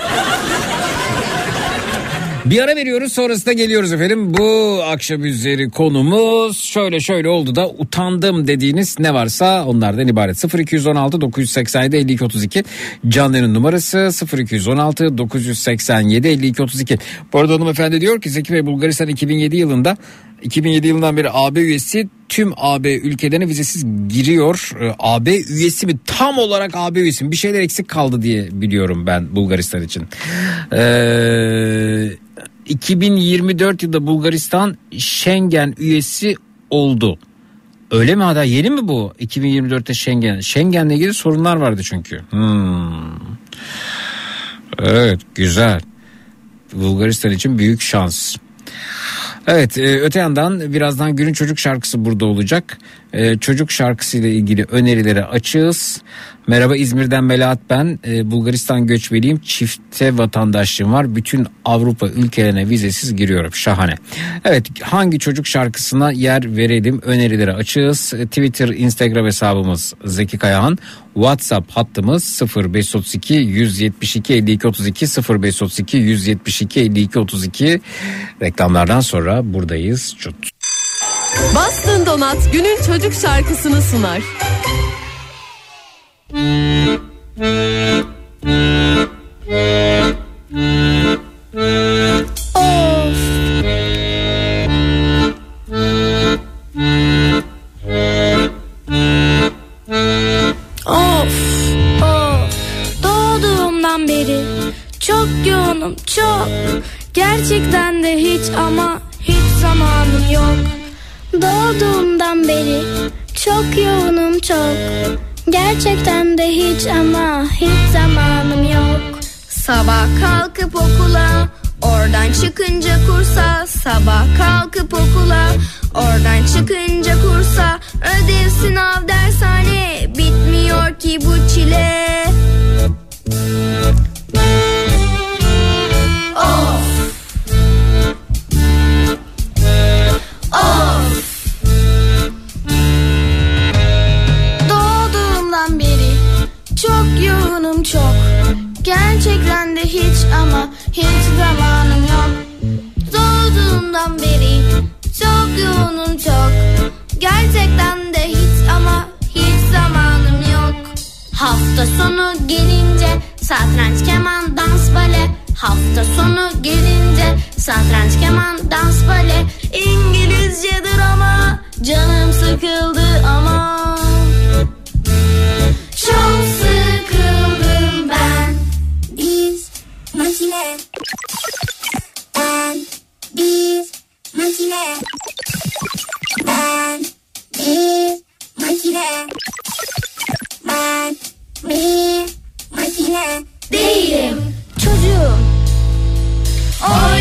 Bir ara veriyoruz, sonrasında geliyoruz efendim. Bu akşam üzeri konumuz şöyle oldu da utandım dediğiniz ne varsa onlardan ibaret. 0216 987 52 32 Canlı'nın numarası 0216 987 52 32. Bu arada hanımefendi diyor ki Zeki Bey, Bulgaristan 2007 yılından beri AB üyesi, tüm AB ülkelerine vizesiz giriyor. AB üyesi mi? Tam olarak AB üyesi mi? Bir şeyler eksik kaldı diye biliyorum ben Bulgaristan için. 2024 yılında Bulgaristan Schengen üyesi oldu. Öyle mi? Hatta yeni mi bu? 2024'te Schengen'le ilgili sorunlar vardı çünkü. Evet, güzel. Bulgaristan için büyük şans. Evet, öte yandan birazdan günün çocuk şarkısı burada olacak. Çocuk şarkısıyla ilgili önerileri açığız. Merhaba, İzmir'den Melahat ben. Bulgaristan göçmeniyim. Çifte vatandaşlığım var. Bütün Avrupa ülkelerine vizesiz giriyorum. Şahane. Evet, hangi çocuk şarkısına yer verelim? Önerileri açığız. Twitter, Instagram hesabımız Zeki Kayahan. WhatsApp hattımız 0532 172 52 32 0532 172 52 32. Reklamlardan sonra buradayız. Boston Donat günün çocuk şarkısını sunar. Doğduğumdan beri çok yoğunum, çok. Gerçekten de hiç ama hiç zamanım yok. Doğduğumdan beri çok yoğunum, çok. Gerçekten de hiç ama hiç zamanım yok. Sabah kalkıp okula, oradan çıkınca kursa. Sabah kalkıp okula, oradan çıkınca kursa. Ödev, sınav, dershane, bitmiyor ki bu çile. Of. Of. Doğduğumdan beri çok yoğunum, çok. Gerçekten de hiç ama hiç zamanım yok. Doğduğumdan beri çok yoğunum, çok. Gerçekten de hiç ama hiç zamanım yok. Hafta sonu gelince satranç, keman, dans, bale. Hafta sonu gelince satranç, keman, dans, bale. İngilizcedir ama canım sıkıldı ama. Çok sıkıldım ben. Biz makine. Ben biz makine. Ben biz makine. Ben bir makine değilim. Çocuğum.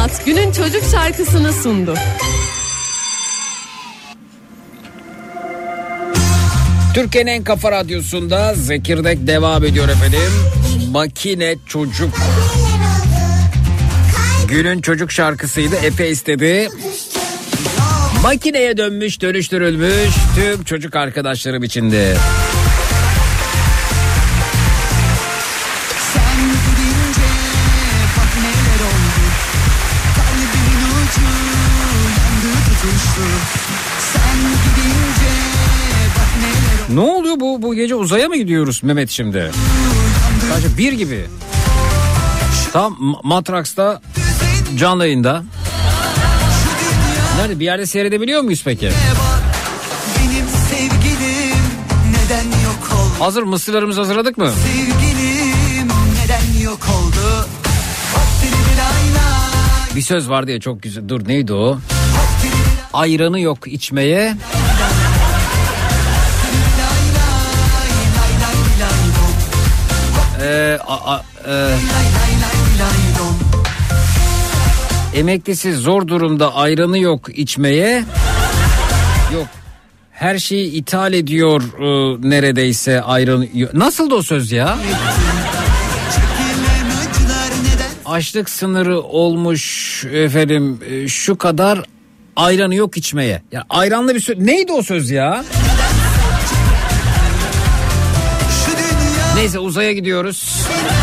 Donat günün çocuk şarkısını sundu. Türkiye'nin en kafa radyosunda Zekirdek devam ediyor efendim. Makine çocuk. Günün çocuk şarkısıydı. Efe istedi. Makineye dönmüş, dönüştürülmüş tüm çocuk arkadaşlarım içinde. Sen gidince bak neler oldu. Kalbimin ucu yandı tutuştu. Sen gidince bak neler oldu. Ne oluyor bu gece uzaya mı gidiyoruz Mehmet şimdi? Sadece bir gibi. Tam Matrax'ta canlı yayında. Nerede bir yerde seyredebiliyor muyuz peki? Benim sevgilim neden yok oldu? Hazır mısırlarımızı hazırladık mı? Sevgilim neden yok oldu? Bir söz vardı ya çok güzel. Dur neydi o? Ayranı yok içmeye. Emeklisi zor durumda ayranı yok içmeye. Yok. Her şeyi ithal ediyor neredeyse ayranı. Nasıldı o söz ya? Açlık sınırı olmuş efendim şu kadar ayranı yok içmeye. Ya ayranlı bir söz. Neydi o söz ya? Neyse uzaya gidiyoruz.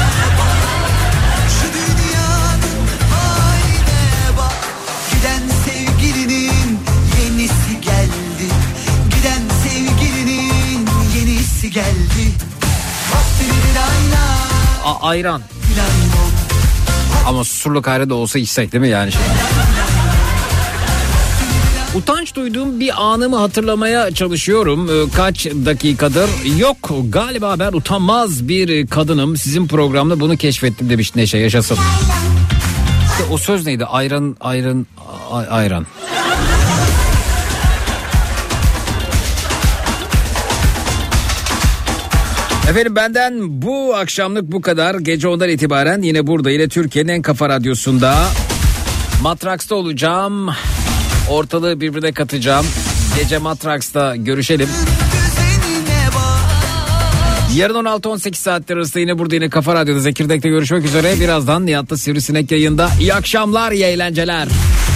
Giden sevgilinin yenisi geldi. Giden sevgilinin yenisi geldi. Ayran. Ama susurluk ayrı da olsa içsek değil mi yani şimdi? Utanç duyduğum bir anımı hatırlamaya çalışıyorum. Kaç dakikadır? Yok galiba ben utanmaz bir kadınım. Sizin programda bunu keşfettim demiş Neşe, yaşasın. İşte o söz neydi? Ayran. Efendim benden bu akşamlık bu kadar. Gece 10'dan itibaren yine burada, yine Türkiye'nin en kafa radyosunda Matrax'ta olacağım. Ortalığı birbirine katacağım. Gece Matrax'ta görüşelim. Yarın 16-18 saatler arasında yine burada, yine Kafa Radyo'da Zekirdek'te görüşmek üzere. Birazdan Nihat'ta Sivrisinek yayında. İyi akşamlar, iyi eğlenceler.